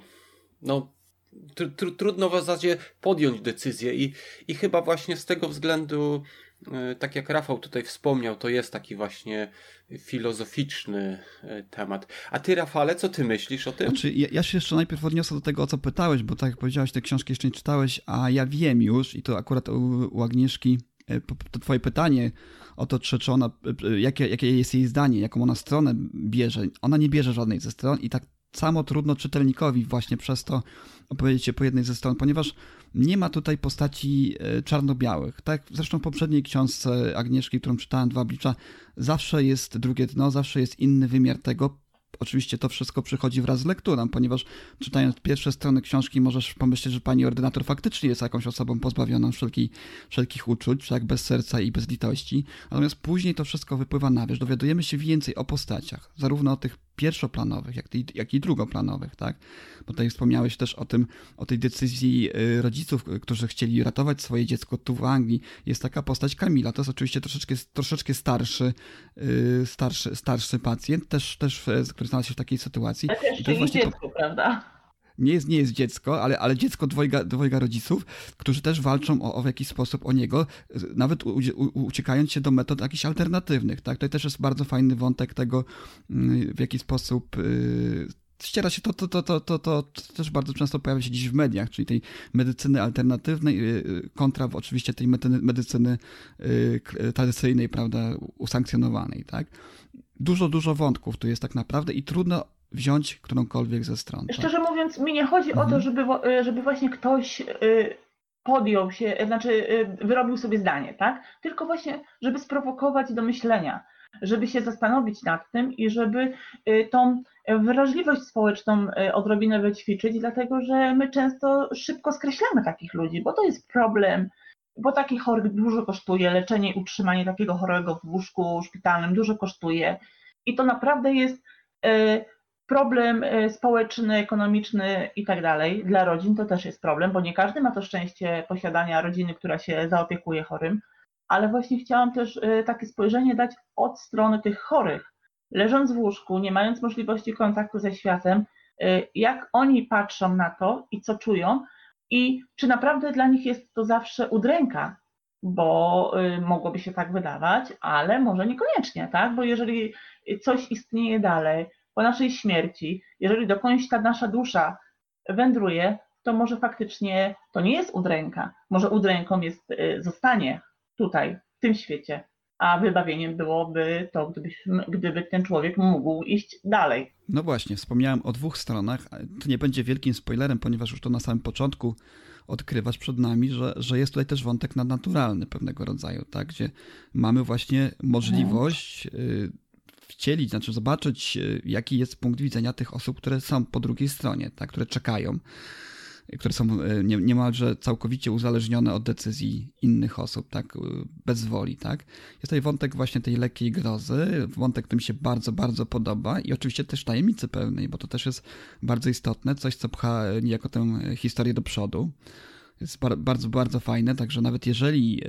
no tr, tr, trudno w zasadzie podjąć decyzję i, i chyba właśnie z tego względu, yy, tak jak Rafał tutaj wspomniał, to jest taki właśnie filozoficzny temat. A ty, Rafale, co ty myślisz o tym? Znaczy, ja, ja się jeszcze najpierw odniosę do tego, o co pytałeś, bo tak jak powiedziałeś, te książki jeszcze nie czytałeś, a ja wiem już, i to akurat u, u Agnieszki, to twoje pytanie o to, czy, czy ona, jakie, jakie jest jej zdanie, jaką ona stronę bierze. Ona nie bierze żadnej ze stron i tak samo trudno czytelnikowi właśnie przez to opowiedzieć się po jednej ze stron, ponieważ nie ma tutaj postaci czarno-białych. Tak, zresztą w poprzedniej książce Agnieszki, którą czytałem, Dwa oblicza, zawsze jest drugie dno, zawsze jest inny wymiar tego. Oczywiście to wszystko przychodzi wraz z lekturą, ponieważ czytając pierwsze strony książki możesz pomyśleć, że pani ordynator faktycznie jest jakąś osobą pozbawioną wszelkiej, wszelkich uczuć, tak, bez serca i bez litości. Natomiast później to wszystko wypływa na wierzch. Dowiadujemy się więcej o postaciach, zarówno o tych pierwszoplanowych, jak i, jak i drugoplanowych, tak? Bo tutaj wspomniałeś też o tym, o tej decyzji rodziców, którzy chcieli ratować swoje dziecko tu w Anglii. Jest taka postać Kamila, to jest oczywiście troszeczkę, troszeczkę starszy, starszy, starszy pacjent, też, też który znalazł się w takiej sytuacji. Ale też nie jest dziecko, prawda? Nie jest, nie jest dziecko, ale, ale dziecko dwojga, dwojga rodziców, którzy też walczą o, o w jakiś sposób o niego, nawet u, u, uciekając się do metod jakichś alternatywnych. Tak? To też jest bardzo fajny wątek tego, w jaki sposób yy, ściera się to, to, to, to, to, to też bardzo często pojawia się dziś w mediach, czyli tej medycyny alternatywnej yy, kontra oczywiście tej medycyny yy, tradycyjnej, prawda, usankcjonowanej. Tak? Dużo, dużo wątków tu jest tak naprawdę i trudno wziąć którąkolwiek ze stron. Tak? Szczerze mówiąc, mi nie chodzi mhm. o to, żeby, żeby właśnie ktoś podjął się, znaczy wyrobił sobie zdanie, tak? Tylko właśnie, żeby sprowokować do myślenia, żeby się zastanowić nad tym i żeby tą wrażliwość społeczną odrobinę wyćwiczyć, dlatego że my często szybko skreślamy takich ludzi, bo to jest problem, bo taki chory dużo kosztuje, leczenie i utrzymanie takiego chorego w łóżku szpitalnym dużo kosztuje i to naprawdę jest problem społeczny, ekonomiczny i tak dalej. Dla rodzin to też jest problem, bo nie każdy ma to szczęście posiadania rodziny, która się zaopiekuje chorym, ale właśnie chciałam też takie spojrzenie dać od strony tych chorych. Leżąc w łóżku, nie mając możliwości kontaktu ze światem, jak oni patrzą na to i co czują i czy naprawdę dla nich jest to zawsze udręka, bo mogłoby się tak wydawać, ale może niekoniecznie, tak? Bo jeżeli coś istnieje dalej, po naszej śmierci, jeżeli dokądś ta nasza dusza wędruje, to może faktycznie to nie jest udręka. Może udręką jest zostanie tutaj, w tym świecie, a wybawieniem byłoby to, gdybyśmy, gdyby ten człowiek mógł iść dalej. No właśnie, wspomniałem o dwóch stronach. To nie będzie wielkim spoilerem, ponieważ już to na samym początku odkrywasz przed nami, że, że jest tutaj też wątek nadnaturalny pewnego rodzaju, tak? Gdzie mamy właśnie możliwość y, wcielić, znaczy zobaczyć, y, jaki jest punkt widzenia tych osób, które są po drugiej stronie, tak? Które czekają, które są nie, niemalże całkowicie uzależnione od decyzji innych osób, tak, bez woli, tak. Jest tutaj wątek właśnie tej lekkiej grozy, wątek, który mi się bardzo, bardzo podoba i oczywiście też tajemnicy pełnej, bo to też jest bardzo istotne, coś, co pcha niejako tę historię do przodu. Jest bardzo, bardzo fajne, także nawet jeżeli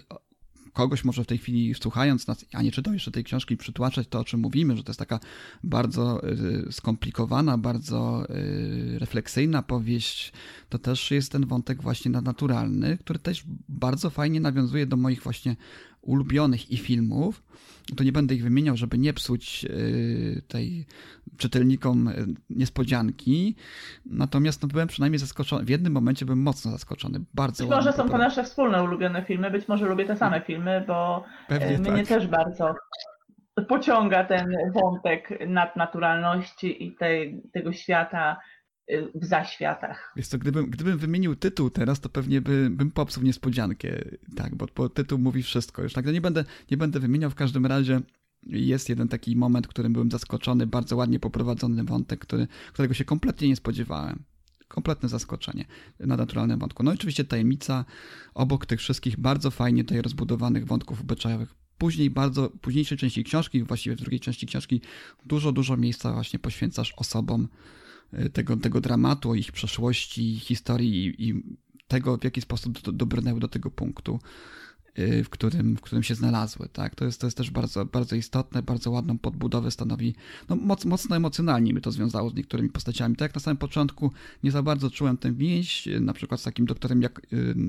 kogoś może w tej chwili słuchając nas, a nie czytał jeszcze tej książki, przytłaczać to, o czym mówimy, że to jest taka bardzo skomplikowana, bardzo refleksyjna powieść, to też jest ten wątek właśnie nadnaturalny, który też bardzo fajnie nawiązuje do moich właśnie ulubionych i filmów. To nie będę ich wymieniał, żeby nie psuć tej czytelnikom niespodzianki. Natomiast no, byłem przynajmniej zaskoczony. W jednym momencie byłem mocno zaskoczony. Bardzo Być może są to nasze wspólne ulubione filmy, być może lubię te same filmy, bo Pewnie mnie tak. też bardzo pociąga ten wątek nadnaturalności i tej, tego świata w zaświatach. Wiesz co, gdybym, gdybym wymienił tytuł teraz, to pewnie by, bym popsuł niespodziankę, tak, bo, bo tytuł mówi wszystko. Już tak, nie będę, nie będę wymieniał, w każdym razie jest jeden taki moment, w którym byłem zaskoczony, bardzo ładnie poprowadzony wątek, który, którego się kompletnie nie spodziewałem. Kompletne zaskoczenie na naturalnym wątku. No i oczywiście tajemnica obok tych wszystkich bardzo fajnie tutaj rozbudowanych wątków obyczajowych. Później bardzo, późniejszej części książki, właściwie w drugiej części książki dużo, dużo miejsca właśnie poświęcasz osobom tego, tego dramatu, ich przeszłości, historii i, i tego, w jaki sposób do, dobrnęły do tego punktu, w którym, w którym się znalazły. Tak? To jest, to jest też bardzo, bardzo istotne, bardzo ładną podbudowę stanowi. No, moc, mocno emocjonalnie mnie to związało z niektórymi postaciami. Tak jak na samym początku nie za bardzo czułem tę więź, na przykład z takim doktorem jak,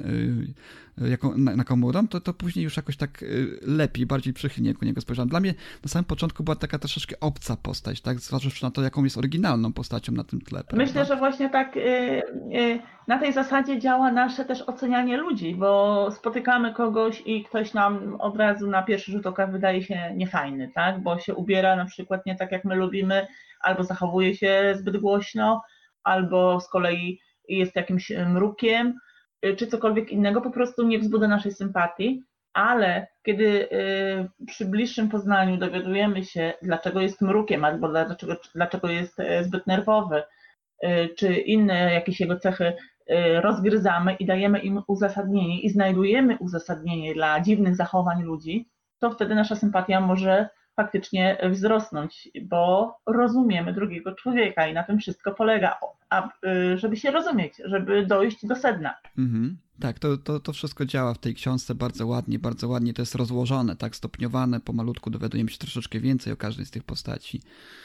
jak Nakamurą, to, to później już jakoś tak lepiej, bardziej przychylnie ku niego spojrzałem. Dla mnie na samym początku była taka troszeczkę obca postać, tak? Zważywszy na to, jaką jest oryginalną postacią na tym tle. Myślę, prawda? Że właśnie tak yy, yy, na tej zasadzie działa nasze też ocenianie ludzi, bo spotykamy kogoś i ktoś nam od razu na pierwszy rzut oka wydaje się niefajny, tak? Bo się ubiera na przykład nie tak, jak my lubimy, albo zachowuje się zbyt głośno, albo z kolei jest jakimś mrukiem, czy cokolwiek innego, po prostu nie wzbudza naszej sympatii, ale kiedy przy bliższym poznaniu dowiadujemy się, dlaczego jest mrukiem, albo dlaczego, dlaczego jest zbyt nerwowy, czy inne jakieś jego cechy rozgryzamy i dajemy im uzasadnienie i znajdujemy uzasadnienie dla dziwnych zachowań ludzi, to wtedy nasza sympatia może faktycznie wzrosnąć, bo rozumiemy drugiego człowieka i na tym wszystko polega, a, żeby się rozumieć, żeby dojść do sedna. Mhm. Tak, to, to, to wszystko działa w tej książce bardzo ładnie, bardzo ładnie to jest rozłożone, tak stopniowane, pomalutku dowiadujemy się troszeczkę więcej o każdej z tych postaci.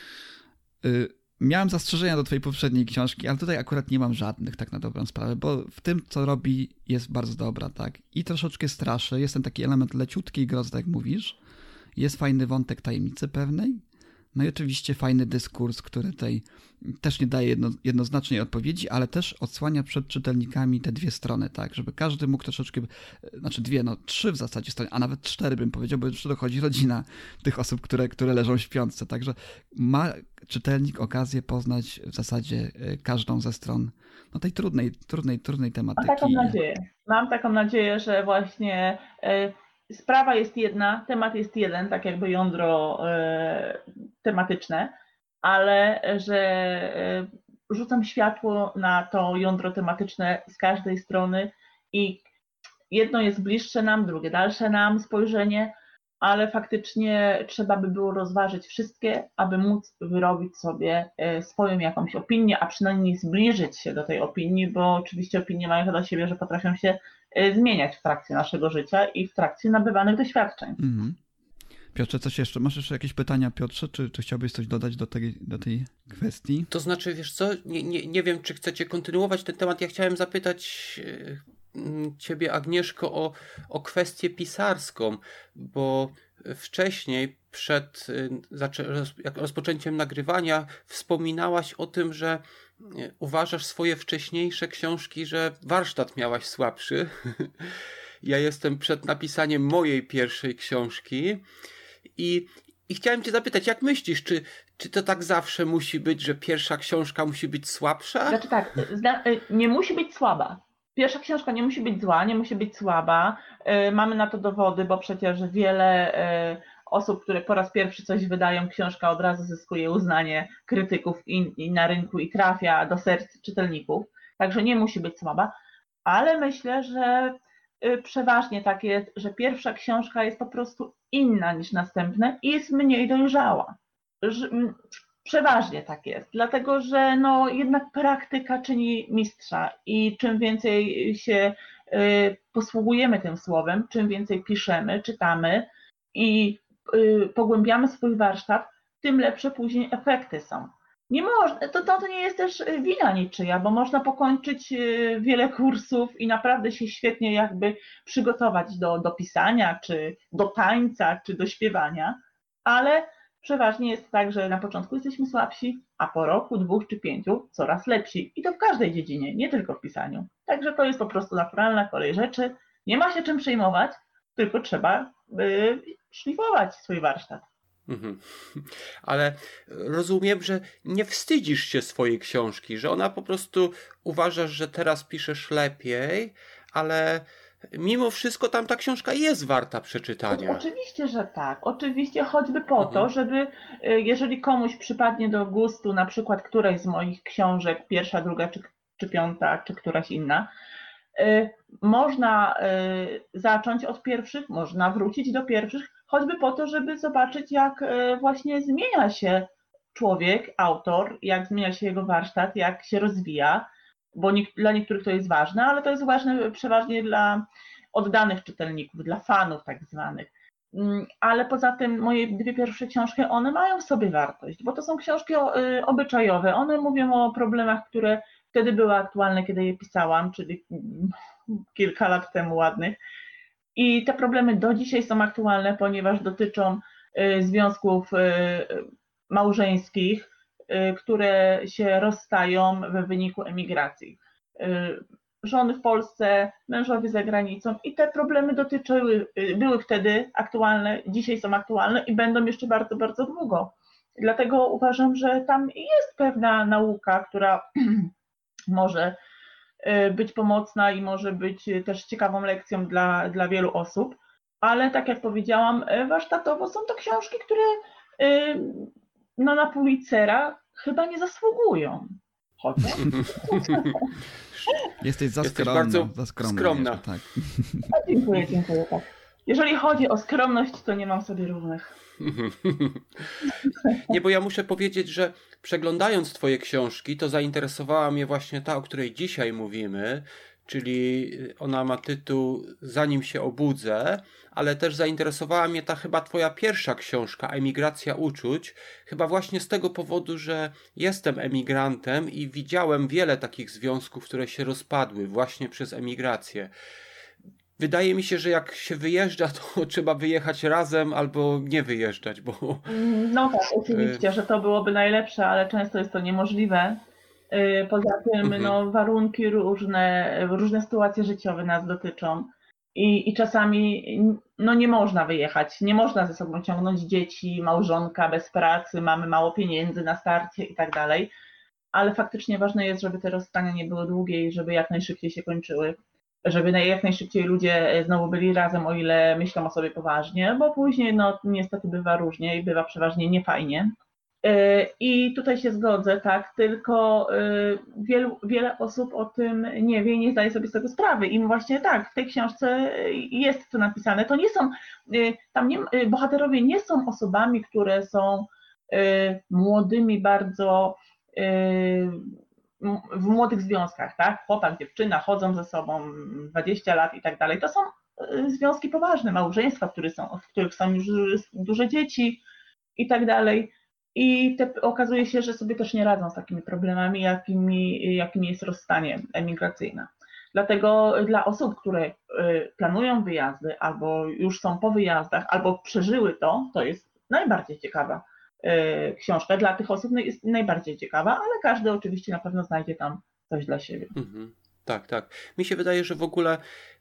Y- Miałem zastrzeżenia do twojej poprzedniej książki, ale tutaj akurat nie mam żadnych, tak na dobrą sprawę, bo w tym, co robi, jest bardzo dobra, tak. I troszeczkę straszy, jest ten taki element leciutkiej grozy, tak jak mówisz. Jest fajny wątek tajemnicy pewnej. No i oczywiście fajny dyskurs, który tutaj też nie daje jedno, jednoznacznej odpowiedzi, ale też odsłania przed czytelnikami te dwie strony, tak, żeby każdy mógł troszeczkę, znaczy dwie, no trzy w zasadzie strony, a nawet cztery bym powiedział, bo jeszcze dochodzi rodzina tych osób, które, które leżą w śpiączce, także ma czytelnik okazję poznać w zasadzie każdą ze stron no tej trudnej, trudnej, trudnej tematyki. Mam taką nadzieję. Mam taką nadzieję, że właśnie y, sprawa jest jedna, temat jest jeden, tak jakby jądro y, tematyczne, ale że y, rzucam światło na to jądro tematyczne z każdej strony i jedno jest bliższe nam, drugie dalsze nam spojrzenie, ale faktycznie trzeba by było rozważyć wszystkie, aby móc wyrobić sobie swoją jakąś opinię, a przynajmniej zbliżyć się do tej opinii, bo oczywiście opinie mają to do siebie, że potrafią się zmieniać w trakcie naszego życia i w trakcie nabywanych doświadczeń. Mhm. Piotrze, coś jeszcze? Masz jeszcze jakieś pytania, Piotrze? Czy, czy chciałbyś coś dodać do tej, do tej kwestii? To znaczy, wiesz co, nie, nie, nie wiem, czy chcecie kontynuować ten temat. Ja chciałem zapytać ciebie, Agnieszko, o, o kwestię pisarską, bo wcześniej, przed rozpoczęciem nagrywania, wspominałaś o tym, że uważasz swoje wcześniejsze książki, że warsztat miałaś słabszy. Ja jestem przed napisaniem mojej pierwszej książki i, i chciałem cię zapytać, jak myślisz, czy, czy to tak zawsze musi być, że pierwsza książka musi być słabsza? Znaczy tak, nie musi być słaba. Pierwsza książka nie musi być zła, nie musi być słaba. Mamy na to dowody, bo przecież wiele osób, które po raz pierwszy coś wydają, książka od razu zyskuje uznanie krytyków i, i na rynku i trafia do serc czytelników. Także nie musi być słaba, ale myślę, że przeważnie tak jest, że pierwsza książka jest po prostu inna niż następne i jest mniej dojrzała. Przeważnie tak jest, dlatego że no jednak praktyka czyni mistrza i czym więcej się posługujemy tym słowem, czym więcej piszemy, czytamy i pogłębiamy swój warsztat, tym lepsze później efekty są. Nie można, to, to nie jest też wina niczyja, bo można pokończyć wiele kursów i naprawdę się świetnie jakby przygotować do, do pisania, czy do tańca, czy do śpiewania, ale przeważnie jest tak, że na początku jesteśmy słabsi, a po roku, dwóch czy pięciu coraz lepsi. I to w każdej dziedzinie, nie tylko w pisaniu. Także to jest po prostu naturalna kolej rzeczy. Nie ma się czym przejmować, tylko trzeba y, szlifować swój warsztat. Mhm. Ale rozumiem, że nie wstydzisz się swojej książki, że ona po prostu uważasz, że teraz piszesz lepiej, ale mimo wszystko tam ta książka jest warta przeczytania. Oczywiście, że tak. Oczywiście choćby po mhm. to, żeby jeżeli komuś przypadnie do gustu na przykład któraś z moich książek, pierwsza, druga czy, czy piąta, czy któraś inna, można zacząć od pierwszych, można wrócić do pierwszych, choćby po to, żeby zobaczyć, jak właśnie zmienia się człowiek, autor, jak zmienia się jego warsztat, jak się rozwija, bo nie, dla niektórych to jest ważne, ale to jest ważne przeważnie dla oddanych czytelników, dla fanów tak zwanych. Ale poza tym moje dwie pierwsze książki, one mają w sobie wartość, bo to są książki obyczajowe, one mówią o problemach, które wtedy były aktualne, kiedy je pisałam, czyli kilka lat temu ładnych. I te problemy do dzisiaj są aktualne, ponieważ dotyczą związków małżeńskich, które się rozstają w wyniku emigracji. Żony w Polsce, mężowie za granicą i te problemy dotyczyły, były wtedy aktualne, dzisiaj są aktualne i będą jeszcze bardzo, bardzo długo. Dlatego uważam, że tam jest pewna nauka, która może być pomocna i może być też ciekawą lekcją dla, dla wielu osób, ale tak jak powiedziałam, warsztatowo są to książki, które no, na Pulitzera chyba nie zasługują. Chociaż... Jesteś za Jesteś skromna. bardzo za skromna. skromna. Jeszcze, tak. No, dziękuję, dziękuję. Tak. Jeżeli chodzi o skromność, to nie mam sobie równych. Nie, bo ja muszę powiedzieć, że przeglądając twoje książki, to zainteresowała mnie właśnie ta, o której dzisiaj mówimy, czyli ona ma tytuł Zanim się obudzę, ale też zainteresowała mnie ta chyba twoja pierwsza książka, Emigracja uczuć, chyba właśnie z tego powodu, że jestem emigrantem i widziałem wiele takich związków, które się rozpadły właśnie przez emigrację. Wydaje mi się, że jak się wyjeżdża, to trzeba wyjechać razem albo nie wyjeżdżać, bo... No tak, oczywiście, że to byłoby najlepsze, ale często jest to niemożliwe. Poza tym mhm. no, warunki różne, różne sytuacje życiowe nas dotyczą i, i czasami no, nie można wyjechać, nie można ze sobą ciągnąć dzieci, małżonka bez pracy, mamy mało pieniędzy na starcie i tak dalej, ale faktycznie ważne jest, żeby te rozstania nie były długie i żeby jak najszybciej się kończyły. Żeby jak najszybciej ludzie znowu byli razem, o ile myślą o sobie poważnie, bo później no niestety bywa różnie i bywa przeważnie niefajnie. I tutaj się zgodzę, tak, tylko wielu, wiele osób o tym nie wie i nie zdaje sobie z tego sprawy. I właśnie tak, w tej książce jest to napisane. To nie są, tam nie, bohaterowie nie są osobami, które są młodymi bardzo, w młodych związkach, tak? Chłopak, dziewczyna chodzą ze sobą dwadzieścia lat i tak dalej. To są związki poważne, małżeństwa, w których są, w których są już duże dzieci i tak dalej. I te, okazuje się, że sobie też nie radzą z takimi problemami, jakimi, jakimi jest rozstanie emigracyjne. Dlatego dla osób, które planują wyjazdy albo już są po wyjazdach, albo przeżyły to, to jest najbardziej ciekawa książka. Dla tych osób jest najbardziej ciekawa, ale każdy oczywiście na pewno znajdzie tam coś dla siebie. Mhm. Tak, tak. Mi się wydaje, że w ogóle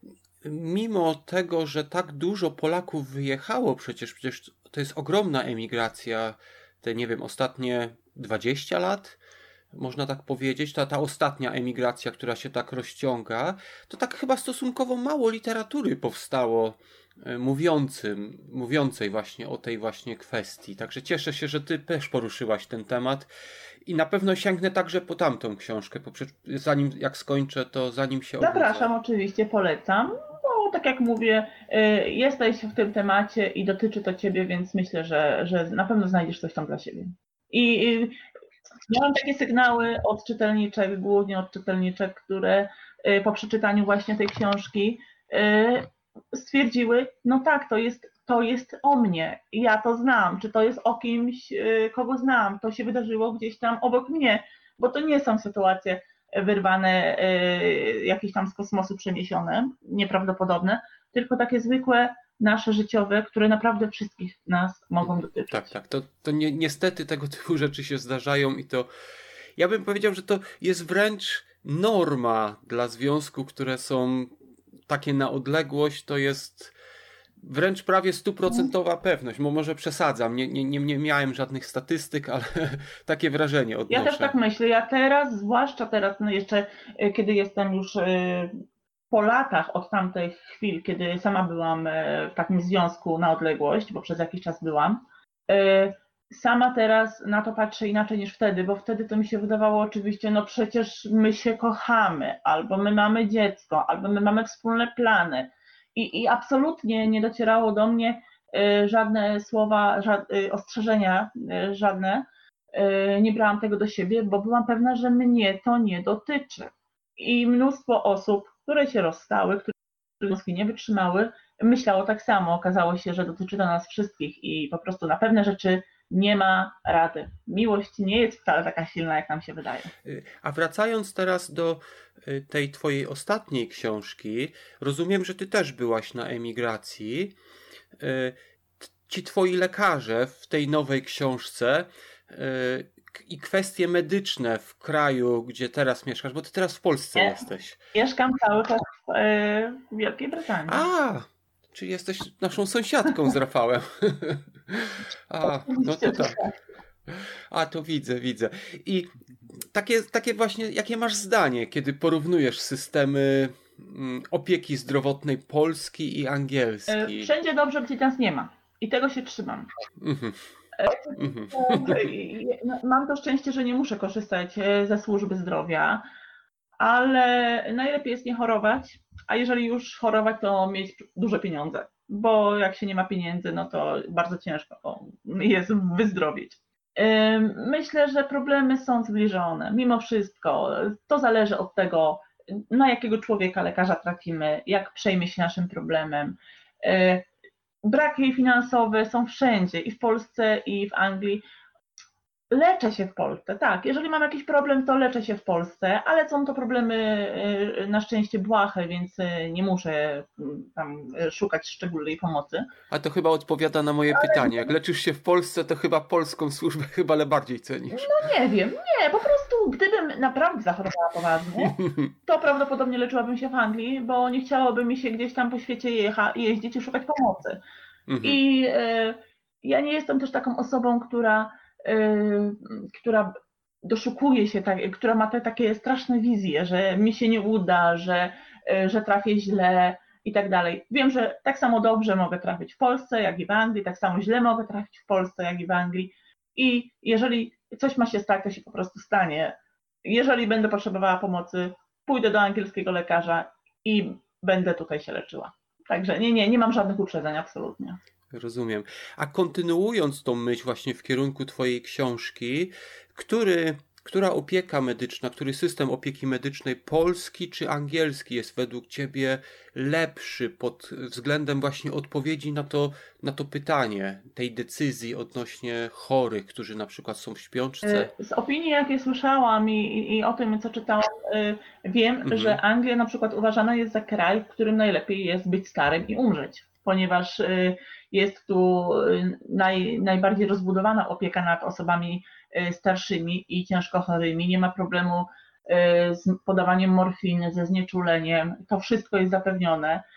mimo tego, że tak dużo Polaków wyjechało, przecież, przecież to jest ogromna emigracja, te nie wiem, ostatnie dwadzieścia lat, można tak powiedzieć, ta, ta ostatnia emigracja, która się tak rozciąga, to tak chyba stosunkowo mało literatury powstało mówiącym, mówiącej właśnie o tej właśnie kwestii. Także cieszę się, że ty też poruszyłaś ten temat i na pewno sięgnę także po tamtą książkę, bo zanim jak skończę, to zanim się obudzę. Zapraszam, oczywiście, polecam, bo tak jak mówię, jesteś w tym temacie i dotyczy to ciebie, więc myślę, że, że na pewno znajdziesz coś tam dla siebie. I miałam takie sygnały od czytelniczek, głównie od czytelniczek, które po przeczytaniu właśnie tej książki stwierdziły, no tak, to jest, to jest o mnie, ja to znam, czy to jest o kimś, kogo znam, to się wydarzyło gdzieś tam obok mnie, bo to nie są sytuacje wyrwane, jakieś tam z kosmosu przeniesione, nieprawdopodobne, tylko takie zwykłe, nasze życiowe, które naprawdę wszystkich nas mogą dotyczyć. Tak, tak, to, to ni- niestety tego typu rzeczy się zdarzają i to, ja bym powiedział, że to jest wręcz norma dla związków, które są takie na odległość, to jest wręcz prawie stuprocentowa pewność, bo może przesadzam, nie, nie, nie, nie miałem żadnych statystyk, ale takie wrażenie odnoszę. Ja też tak myślę, ja teraz, zwłaszcza teraz, no jeszcze kiedy jestem już po latach od tamtej chwili, kiedy sama byłam w takim związku na odległość, bo przez jakiś czas byłam, sama teraz na to patrzę inaczej niż wtedy, bo wtedy to mi się wydawało oczywiście, no przecież my się kochamy, albo my mamy dziecko, albo my mamy wspólne plany. I, i absolutnie nie docierało do mnie żadne słowa, żadne ostrzeżenia, żadne. Nie brałam tego do siebie, bo byłam pewna, że mnie to nie dotyczy. I mnóstwo osób, które się rozstały, które związki nie wytrzymały, myślało tak samo. Okazało się, że dotyczy to nas wszystkich i po prostu na pewne rzeczy nie ma rady. Miłość nie jest wcale taka silna, jak nam się wydaje. A wracając teraz do tej twojej ostatniej książki, rozumiem, że ty też byłaś na emigracji. Ci twoi lekarze w tej nowej książce i kwestie medyczne w kraju, gdzie teraz mieszkasz, bo ty teraz w Polsce Nie, jesteś. Mieszkam cały czas w Wielkiej Brytanii. A, czyli jesteś naszą sąsiadką z Rafałem. A, no to tak. A, to widzę, widzę. I takie, takie właśnie, jakie masz zdanie, kiedy porównujesz systemy opieki zdrowotnej polski i angielski? Wszędzie dobrze, gdzie nas nie ma. I tego się trzymam. Mm-hmm. Mm-hmm. Mam to szczęście, że nie muszę korzystać ze służby zdrowia, ale najlepiej jest nie chorować, a jeżeli już chorować, to mieć duże pieniądze, bo jak się nie ma pieniędzy, no to bardzo ciężko jest wyzdrowieć. Myślę, że problemy są zbliżone. Mimo wszystko to zależy od tego, na jakiego człowieka lekarza trafimy, jak przejmie się naszym problemem. Braki finansowe są wszędzie, i w Polsce, i w Anglii. Leczę się w Polsce, tak. Jeżeli mam jakiś problem, to leczę się w Polsce, ale są to problemy na szczęście błahe, więc nie muszę tam szukać szczególnej pomocy. A to chyba odpowiada na moje ale... pytanie. Jak leczysz się w Polsce, to chyba polską służbę chyba bardziej cenisz. No nie wiem, nie, po prostu gdybym naprawdę zachorowała poważnie, to prawdopodobnie leczyłabym się w Anglii, bo nie chciałoby mi się gdzieś tam po świecie jecha, jeździć i szukać pomocy. Mhm. I y, ja nie jestem też taką osobą, która która doszukuje się, tak, która ma te takie straszne wizje, że mi się nie uda, że, że trafię źle i tak dalej. Wiem, że tak samo dobrze mogę trafić w Polsce, jak i w Anglii, tak samo źle mogę trafić w Polsce, jak i w Anglii i jeżeli coś ma się stać, to się po prostu stanie. Jeżeli będę potrzebowała pomocy, pójdę do angielskiego lekarza i będę tutaj się leczyła. Także nie, nie, nie mam żadnych uprzedzeń, absolutnie. Rozumiem. A kontynuując tą myśl właśnie w kierunku twojej książki, który, która opieka medyczna, który system opieki medycznej polski czy angielski jest według ciebie lepszy pod względem właśnie odpowiedzi na to, na to pytanie, tej decyzji odnośnie chorych, którzy na przykład są w śpiączce? Z opinii, jakie słyszałam i, i o tym, co czytałam, wiem, mhm. że Anglia na przykład uważana jest za kraj, w którym najlepiej jest być starym i umrzeć, ponieważ jest tu naj, najbardziej rozbudowana opieka nad osobami starszymi i ciężko chorymi. Nie ma problemu z podawaniem morfiny, ze znieczuleniem. To wszystko jest zapewnione.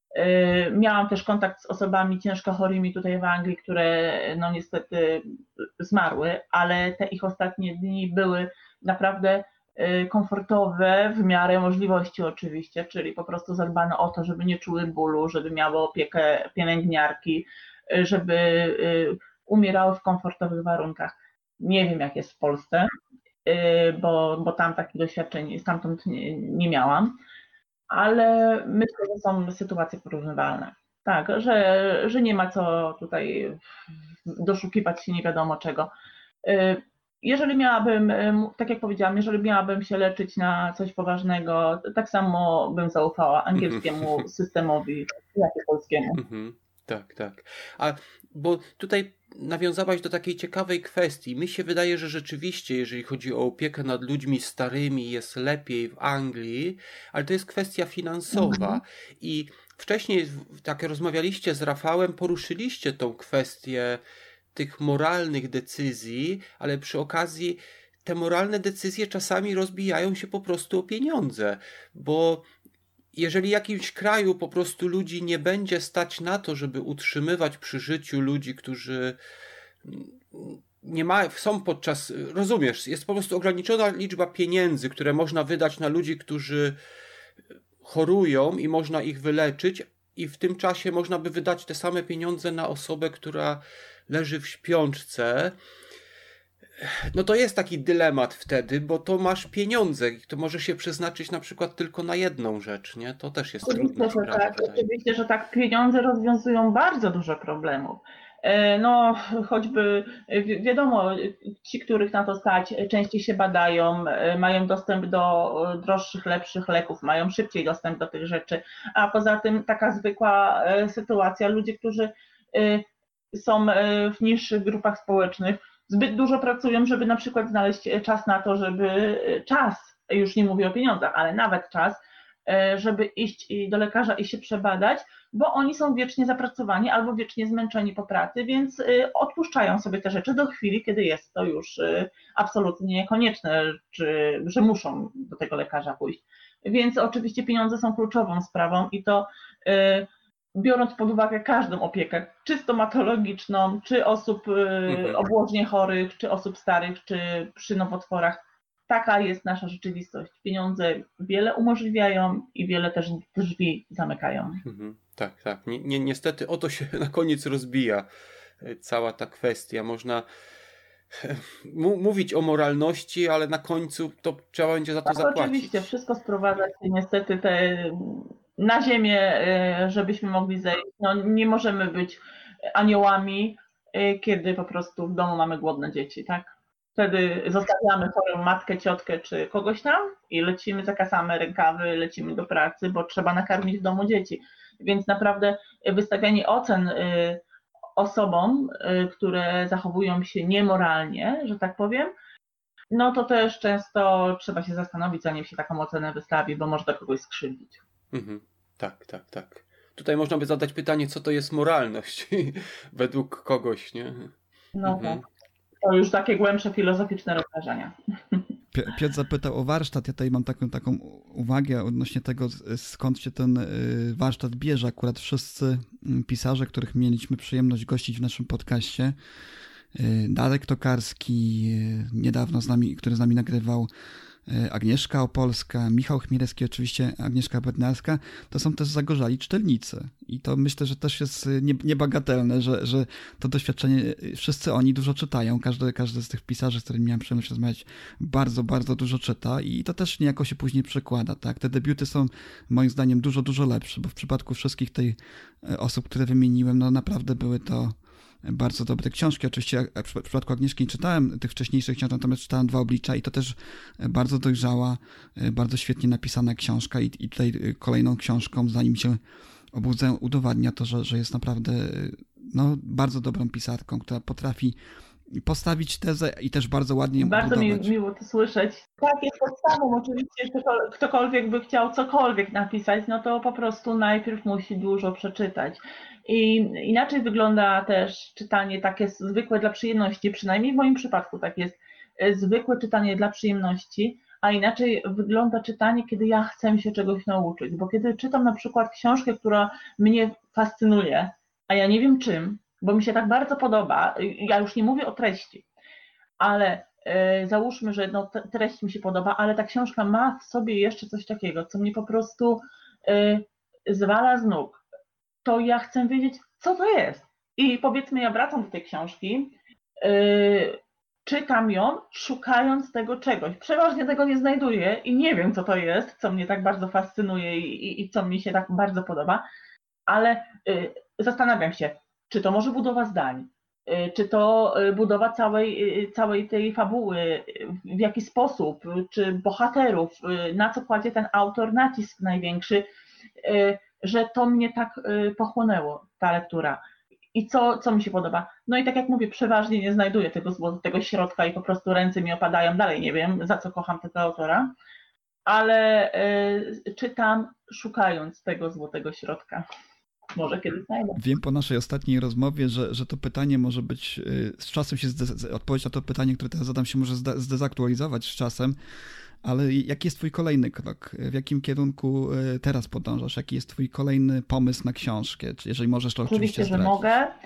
Miałam też kontakt z osobami ciężko chorymi tutaj w Anglii, które no niestety zmarły, ale te ich ostatnie dni były naprawdę komfortowe w miarę możliwości oczywiście, czyli po prostu zadbano o to, żeby nie czuły bólu, żeby miały opiekę pielęgniarki, żeby umierały w komfortowych warunkach. Nie wiem, jak jest w Polsce, bo, bo tam takich doświadczeń stamtąd nie, nie miałam, ale myślę, że są sytuacje porównywalne. Tak, że, że nie ma co tutaj doszukiwać się nie wiadomo czego. Jeżeli miałabym, tak jak powiedziałam, jeżeli miałabym się leczyć na coś poważnego, tak samo bym zaufała angielskiemu systemowi, jak i polskiemu. Mhm. Tak, tak. A bo tutaj nawiązałaś do takiej ciekawej kwestii. Mi się wydaje, że rzeczywiście, jeżeli chodzi o opiekę nad ludźmi starymi, jest lepiej w Anglii, ale to jest kwestia finansowa. Mhm. I wcześniej, tak rozmawialiście z Rafałem, poruszyliście tą kwestię tych moralnych decyzji, ale przy okazji te moralne decyzje czasami rozbijają się po prostu o pieniądze, bo jeżeli jakimś kraju po prostu ludzi nie będzie stać na to, żeby utrzymywać przy życiu ludzi, którzy nie ma, są podczas, rozumiesz, jest po prostu ograniczona liczba pieniędzy, które można wydać na ludzi, którzy chorują i można ich wyleczyć, i w tym czasie można by wydać te same pieniądze na osobę, która leży w śpiączce, no to jest taki dylemat wtedy, bo to masz pieniądze i to może się przeznaczyć na przykład tylko na jedną rzecz, nie? To też jest trudne. Oczywiście, że tak, oczywiście, że tak. Pieniądze rozwiązują bardzo dużo problemów. No choćby wiadomo, ci, których na to stać, częściej się badają, mają dostęp do droższych, lepszych leków, mają szybciej dostęp do tych rzeczy, a poza tym taka zwykła sytuacja, ludzie, którzy są w niższych grupach społecznych, zbyt dużo pracują, żeby na przykład znaleźć czas na to, żeby czas, już nie mówię o pieniądzach, ale nawet czas, żeby iść do lekarza i się przebadać, bo oni są wiecznie zapracowani albo wiecznie zmęczeni po pracy, więc odpuszczają sobie te rzeczy do chwili, kiedy jest to już absolutnie konieczne, czy że muszą do tego lekarza pójść. Więc oczywiście pieniądze są kluczową sprawą i to biorąc pod uwagę każdą opiekę, czy stomatologiczną, czy osób mhm. obłożnie chorych, czy osób starych, czy przy nowotworach, taka jest nasza rzeczywistość. Pieniądze wiele umożliwiają i wiele też drzwi zamykają. Mhm. Tak, tak. Ni- ni- niestety o to się na koniec rozbija cała ta kwestia. Można m- mówić o moralności, ale na końcu to trzeba będzie za to tak, zapłacić. Oczywiście, wszystko sprowadza się niestety te... na ziemię, żebyśmy mogli zejść. No, nie możemy być aniołami, kiedy po prostu w domu mamy głodne dzieci, tak? Wtedy zostawiamy chorą matkę, ciotkę czy kogoś tam i lecimy, zakasamy rękawy, lecimy do pracy, bo trzeba nakarmić w domu dzieci. Więc naprawdę wystawianie ocen osobom, które zachowują się niemoralnie, że tak powiem, no to też często trzeba się zastanowić, zanim się taką ocenę wystawi, bo można kogoś skrzywdzić. Mhm. Tak, tak, tak. Tutaj można by zadać pytanie, co to jest moralność według kogoś, nie? No mhm. tak. To już takie głębsze filozoficzne rozważania. Piotr zapytał o warsztat. Ja tutaj mam taką, taką uwagę odnośnie tego, skąd się ten warsztat bierze. Akurat wszyscy pisarze, których mieliśmy przyjemność gościć w naszym podcaście, Darek Tokarski, niedawno z nami, który z nami nagrywał, Agnieszka Opolska, Michał Chmielewski, oczywiście Agnieszka Bednarska, to są też zagorzali czytelnicy. I to myślę, że też jest niebagatelne, że, że to doświadczenie, wszyscy oni dużo czytają, każdy, każdy z tych pisarzy, z którymi miałem przyjemność rozmawiać, bardzo, bardzo dużo czyta i to też niejako się później przekłada. Tak? Te debiuty są moim zdaniem dużo, dużo lepsze, bo w przypadku wszystkich tych osób, które wymieniłem, no naprawdę były to bardzo dobre książki. Oczywiście w przypadku Agnieszki nie czytałem tych wcześniejszych książek, natomiast czytałem Dwa oblicza i to też bardzo dojrzała, bardzo świetnie napisana książka i, i tutaj kolejną książką, zanim się obudzę, udowadnia to, że, że jest naprawdę no, bardzo dobrą pisarką, która potrafi postawić tezę i też bardzo ładnie ją Bardzo budować. mi miło to słyszeć. Tak, jest podstawą. Oczywiście, że ktokolwiek by chciał cokolwiek napisać, no to po prostu najpierw musi dużo przeczytać. I inaczej wygląda też czytanie takie zwykłe dla przyjemności, przynajmniej w moim przypadku tak jest, zwykłe czytanie dla przyjemności, a inaczej wygląda czytanie, kiedy ja chcę się czegoś nauczyć, bo kiedy czytam na przykład książkę, która mnie fascynuje, a ja nie wiem czym, bo mi się tak bardzo podoba, ja już nie mówię o treści, ale e, załóżmy, że no, treść mi się podoba, ale ta książka ma w sobie jeszcze coś takiego, co mnie po prostu e, zwala z nóg, to ja chcę wiedzieć, co to jest. I powiedzmy, ja wracam do tej książki, e, czytam ją, szukając tego czegoś. Przeważnie tego nie znajduję i nie wiem, co to jest, co mnie tak bardzo fascynuje i, i, i co mi się tak bardzo podoba, ale y, zastanawiam się, czy to może budowa zdań, y, czy to budowa całej, y, całej tej fabuły, y, w jaki sposób, y, czy bohaterów, y, na co kładzie ten autor nacisk największy, y, że to mnie tak y, pochłonęło, ta lektura. I co, co mi się podoba? No i tak jak mówię, przeważnie nie znajduję tego złotego środka i po prostu ręce mi opadają, dalej nie wiem, za co kocham tego autora, ale y, czytam szukając tego złotego środka. Może kiedyś znajdę. Wiem po naszej ostatniej rozmowie, że, że to pytanie może być, z czasem się, zde- odpowiedź na to pytanie, które teraz zadam, się może zde- zdezaktualizować z czasem, ale jaki jest twój kolejny krok? W jakim kierunku teraz podążasz? Jaki jest twój kolejny pomysł na książkę? Jeżeli możesz, to oczywiście zdradzić. Oczywiście, że mogę.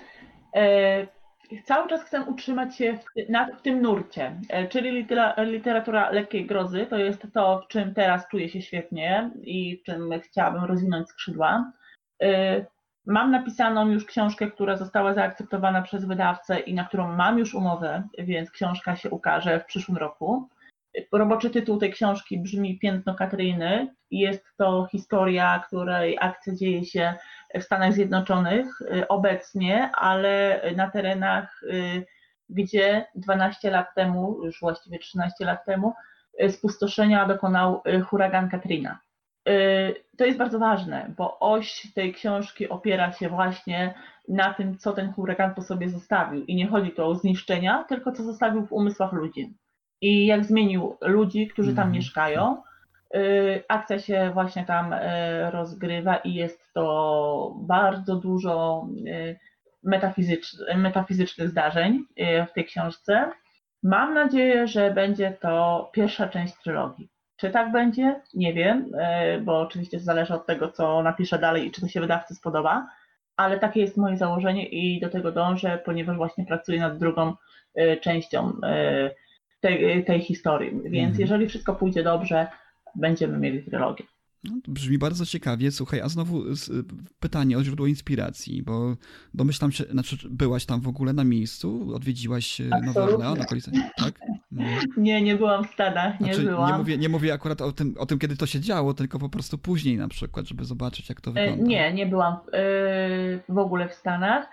E, cały czas chcę utrzymać się w, na, w tym nurcie, e, czyli litera, literatura lekkiej grozy. To jest to, w czym teraz czuję się świetnie i w czym chciałabym rozwinąć skrzydła. E, mam napisaną już książkę, która została zaakceptowana przez wydawcę i na którą mam już umowę, więc książka się ukaże w przyszłym roku. Roboczy tytuł tej książki brzmi Piętno Katryny. Jest to historia, której akcja dzieje się w Stanach Zjednoczonych obecnie, ale na terenach, gdzie dwanaście lat temu, już właściwie trzynaście lat temu, spustoszenia dokonał huragan Katrina. To jest bardzo ważne, bo oś tej książki opiera się właśnie na tym, co ten huragan po sobie zostawił. I nie chodzi tu o zniszczenia, tylko co zostawił w umysłach ludzi. I jak zmienił ludzi, którzy tam mieszkają. Akcja się właśnie tam rozgrywa i jest to bardzo dużo metafizycz- metafizycznych zdarzeń w tej książce. Mam nadzieję, że będzie to pierwsza część trylogii. Czy tak będzie? Nie wiem, bo oczywiście zależy od tego, co napiszę dalej i czy to się wydawcy spodoba, ale takie jest moje założenie i do tego dążę, ponieważ właśnie pracuję nad drugą częścią tej, tej historii. Więc mhm. jeżeli wszystko pójdzie dobrze, będziemy mieli trylogię. No, to brzmi bardzo ciekawie. Słuchaj, a znowu pytanie o źródło inspiracji, bo domyślam się, znaczy byłaś tam w ogóle na miejscu? Odwiedziłaś Nowy Orlean, okolice? Tak? No. Nie, nie byłam w Stanach, nie znaczy, byłam. Nie mówię, nie mówię akurat o tym, o tym, kiedy to się działo, tylko po prostu później na przykład, żeby zobaczyć, jak to wygląda. Nie, nie byłam w ogóle w Stanach.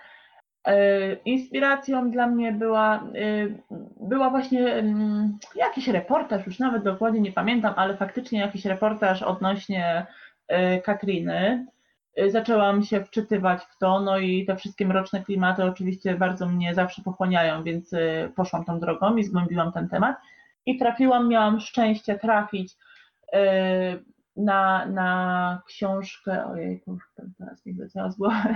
Inspiracją dla mnie była, była właśnie jakiś reportaż, już nawet dokładnie nie pamiętam, ale faktycznie jakiś reportaż odnośnie Katryny. Zaczęłam się wczytywać w to, no i te wszystkie mroczne klimaty oczywiście bardzo mnie zawsze pochłaniają, więc poszłam tą drogą i zgłębiłam ten temat. I trafiłam, miałam szczęście trafić na, na książkę, ojej, teraz mi wleciała z głowy,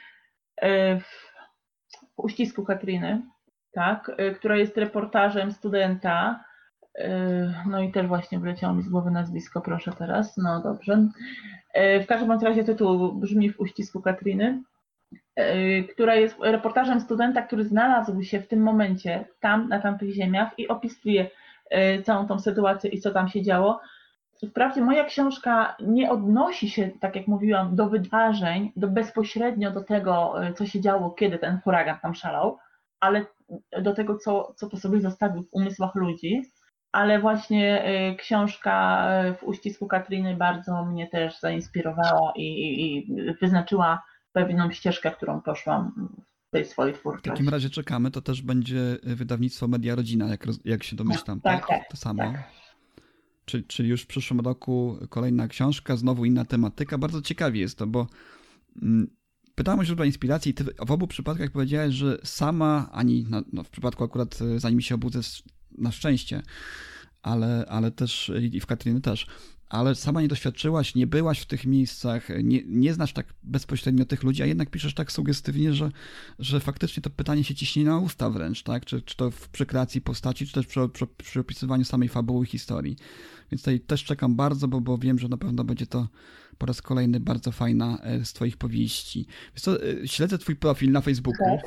w uścisku Katryny, tak, która jest reportażem studenta, no i też właśnie wleciało mi z głowy nazwisko, proszę teraz, no dobrze. W każdym razie tytuł brzmi W uścisku Katryny, która jest reportażem studenta, który znalazł się w tym momencie tam, na tamtych ziemiach i opisuje całą tą sytuację i co tam się działo. Wprawdzie moja książka nie odnosi się, tak jak mówiłam, do wydarzeń, do bezpośrednio do tego, co się działo, kiedy ten huragan tam szalał, ale do tego, co, co po sobie zostawił w umysłach ludzi. Ale właśnie książka W uścisku Katryny bardzo mnie też zainspirowała i, i, i wyznaczyła pewną ścieżkę, którą poszłam w tej swojej twórczości. W takim razie czekamy, to też będzie wydawnictwo Media Rodzina, jak, jak się domyślam, tak? Tak, tak to samo. Tak. Czyli, czyli już w przyszłym roku kolejna książka, znowu inna tematyka. Bardzo ciekawie jest to, bo mm, pytałem o źródła inspiracji i ty w obu przypadkach powiedziałeś, że sama, ani no, no w przypadku akurat Zanim się obudzę, na szczęście, ale, ale też i w Katryny też, ale sama nie doświadczyłaś, nie byłaś w tych miejscach, nie, nie znasz tak bezpośrednio tych ludzi, a jednak piszesz tak sugestywnie, że, że faktycznie to pytanie się ciśnie na usta wręcz, tak? Czy, czy to w, przy kreacji postaci, czy też przy, przy, przy opisywaniu samej fabuły historii. Więc tutaj też czekam bardzo, bo, bo wiem, że na pewno będzie to po raz kolejny bardzo fajna z twoich powieści. Wiesz co, śledzę twój profil na Facebooku,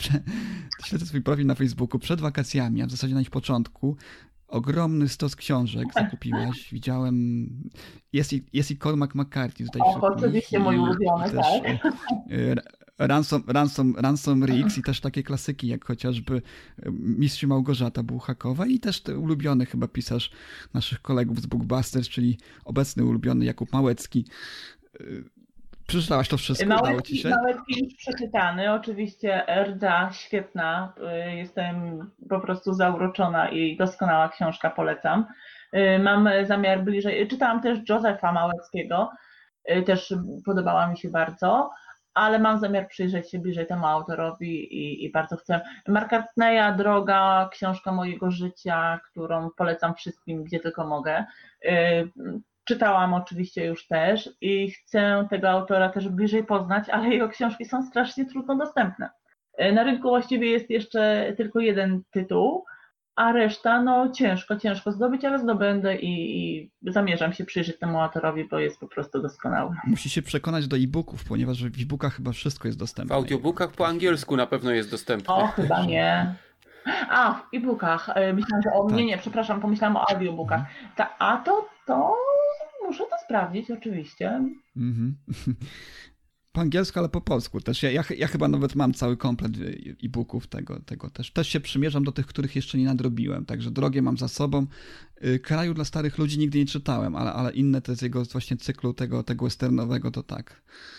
śledzę twój profil na Facebooku przed wakacjami, a w zasadzie na ich początku. Ogromny stos książek zakupiłaś. Widziałem. Jest i, jest i Cormac McCarthy tutaj. O, oczywiście mój ulubiony, tak. Ransom, Ransom, Ransom Riggs i też takie klasyki, jak chociażby Mistrz Małgorzata Bułhakowa i też te ulubiony chyba pisarz naszych kolegów z Bookbusters, czyli obecny ulubiony Jakub Małecki. Przeczytałaś to wszystko? Małecki, udało ci się? Małecki już przeczytany, oczywiście Erdza świetna, jestem po prostu zauroczona i doskonała książka, polecam. Mam zamiar bliżej, czytałam też Józefa Małeckiego, też podobała mi się bardzo, ale mam zamiar przyjrzeć się bliżej temu autorowi i, i bardzo chcę. McCartneya Droga, książka mojego życia, którą polecam wszystkim, gdzie tylko mogę. Czytałam oczywiście już też i chcę tego autora też bliżej poznać, ale jego książki są strasznie trudno dostępne. Na rynku właściwie jest jeszcze tylko jeden tytuł, a reszta no ciężko, ciężko zdobyć, ale zdobędę i, i zamierzam się przyjrzeć temu autorowi, bo jest po prostu doskonały. Musi się przekonać do e-booków, ponieważ w e-bookach chyba wszystko jest dostępne. W audiobookach po angielsku na pewno jest dostępne. O, chyba nie. A, w e-bookach. Myślałam, że o mnie, tak. nie, przepraszam, pomyślałam o audiobookach. Ta, a to, to muszę to sprawdzić, oczywiście. Mhm. Po angielsku, ale po polsku też. Ja, ja, ja chyba nawet mam cały komplet e-booków tego, tego też. Też się przymierzam do tych, których jeszcze nie nadrobiłem, także Drogie mam za sobą. Kraju dla starych ludzi nigdy nie czytałem, ale, ale inne te z jego właśnie cyklu tego, tego westernowego to tak.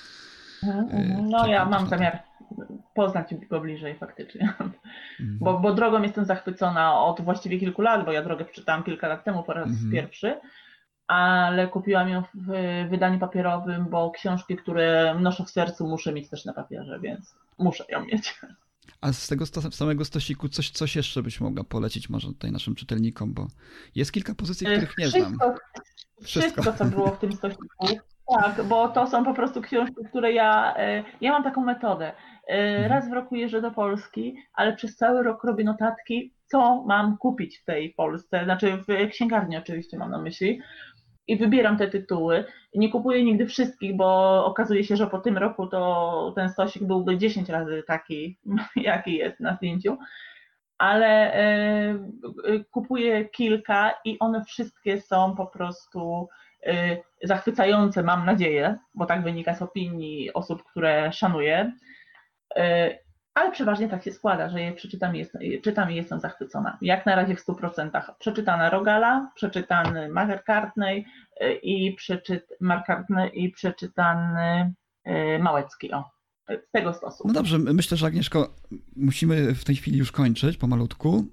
Mhm. No Czekam ja mam zamiar poznać go bliżej faktycznie, mhm. bo, bo Drogą jestem zachwycona od właściwie kilku lat, bo ja Drogę przeczytałam kilka lat temu po raz mhm. pierwszy, ale kupiłam ją w wydaniu papierowym, bo książki, które noszę w sercu, muszę mieć też na papierze, więc muszę ją mieć. A z tego samego stosiku coś, coś jeszcze byś mogła polecić może tutaj naszym czytelnikom, bo jest kilka pozycji, których nie wszystko, znam. Wszystko. Wszystko, co było w tym stosiku. Tak, bo to są po prostu książki, które ja, ja mam taką metodę. Raz w roku jeżdżę do Polski, ale przez cały rok robię notatki, co mam kupić w tej Polsce, znaczy w księgarni oczywiście mam na myśli. I wybieram te tytuły. Nie kupuję nigdy wszystkich, bo okazuje się, że po tym roku to ten stosik byłby dziesięć razy taki, jaki jest na zdjęciu. Ale y, kupuję kilka i one wszystkie są po prostu y, zachwycające, mam nadzieję, bo tak wynika z opinii osób, które szanuję. Y, ale przeważnie tak się składa, że je przeczytam i jestem, czytam i jestem zachwycona. Jak na razie w stu procentach. Przeczytana Rogala, przeczytany McCartney i, przeczyt, McCartney i przeczytany Małecki. O, z tego stosunku. No dobrze, myślę, że Agnieszko, musimy w tej chwili już kończyć pomalutku.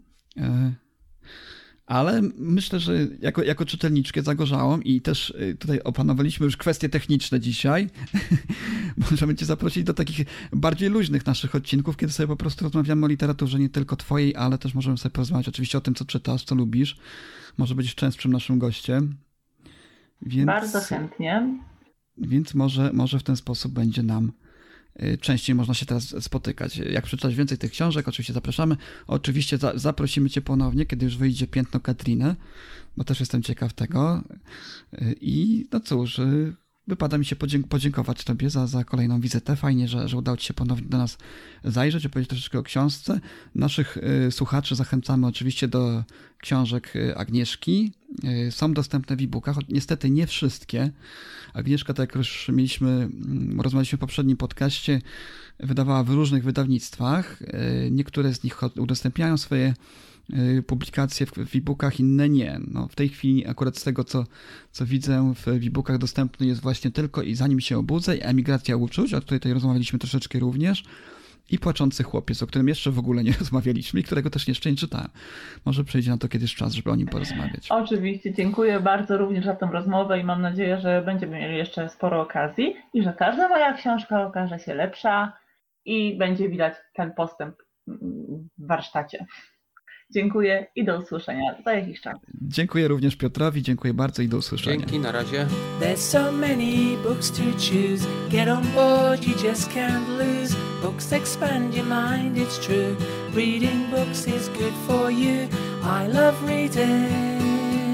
Ale myślę, że jako, jako czytelniczkę zagorzałam i też tutaj opanowaliśmy już kwestie techniczne dzisiaj. Możemy cię zaprosić do takich bardziej luźnych naszych odcinków, kiedy sobie po prostu rozmawiamy o literaturze nie tylko twojej, ale też możemy sobie porozmawiać oczywiście o tym, co czytasz, co lubisz. Może być częstszym naszym gościem. Więc, bardzo chętnie. Więc może, może w ten sposób będzie nam częściej można się teraz spotykać. Jak przeczytać więcej tych książek, oczywiście zapraszamy. Oczywiście za, zaprosimy cię ponownie, kiedy już wyjdzie Piętno Katriny, bo też jestem ciekaw tego. I no cóż, wypada mi się podzięk- podziękować tobie za, za kolejną wizytę. Fajnie, że, że udało ci się ponownie do nas zajrzeć, opowiedzieć troszeczkę o książce. Naszych y, słuchaczy zachęcamy oczywiście do książek Agnieszki. Y, są dostępne w e-bookach. Niestety nie wszystkie. Agnieszka, tak jak już mieliśmy, rozmawialiśmy w poprzednim podcaście, wydawała w różnych wydawnictwach. Y, niektóre z nich udostępniają swoje publikacje w e-bookach, inne nie. No, w tej chwili akurat z tego, co, co widzę, w e-bookach dostępny jest właśnie tylko I zanim się obudzę, Emigracja uczuć, a tutaj, tutaj rozmawialiśmy troszeczkę również, i Płaczący chłopiec, o którym jeszcze w ogóle nie rozmawialiśmy i którego też jeszcze nie czytałem. Może przyjdzie na to kiedyś czas, żeby o nim porozmawiać. Oczywiście, dziękuję bardzo również za tę rozmowę i mam nadzieję, że będziemy mieli jeszcze sporo okazji i że każda moja książka okaże się lepsza i będzie widać ten postęp w warsztacie. Dziękuję i do usłyszenia za jakiś czas. Dziękuję również Piotrowi, dziękuję bardzo i do usłyszenia. Dzięki, na razie. There's so many books to choose. Get on board, you just can't lose. Books expand your mind, it's true. Reading books is good for you. I love reading.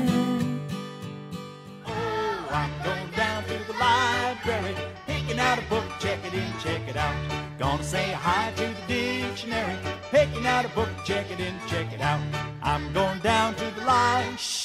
Oh, I'm going down to the library, picking out a book, check it in, check it out. Gonna say hi to the dictionary, picking out a book, check it in, check it out. I'm going down to the library.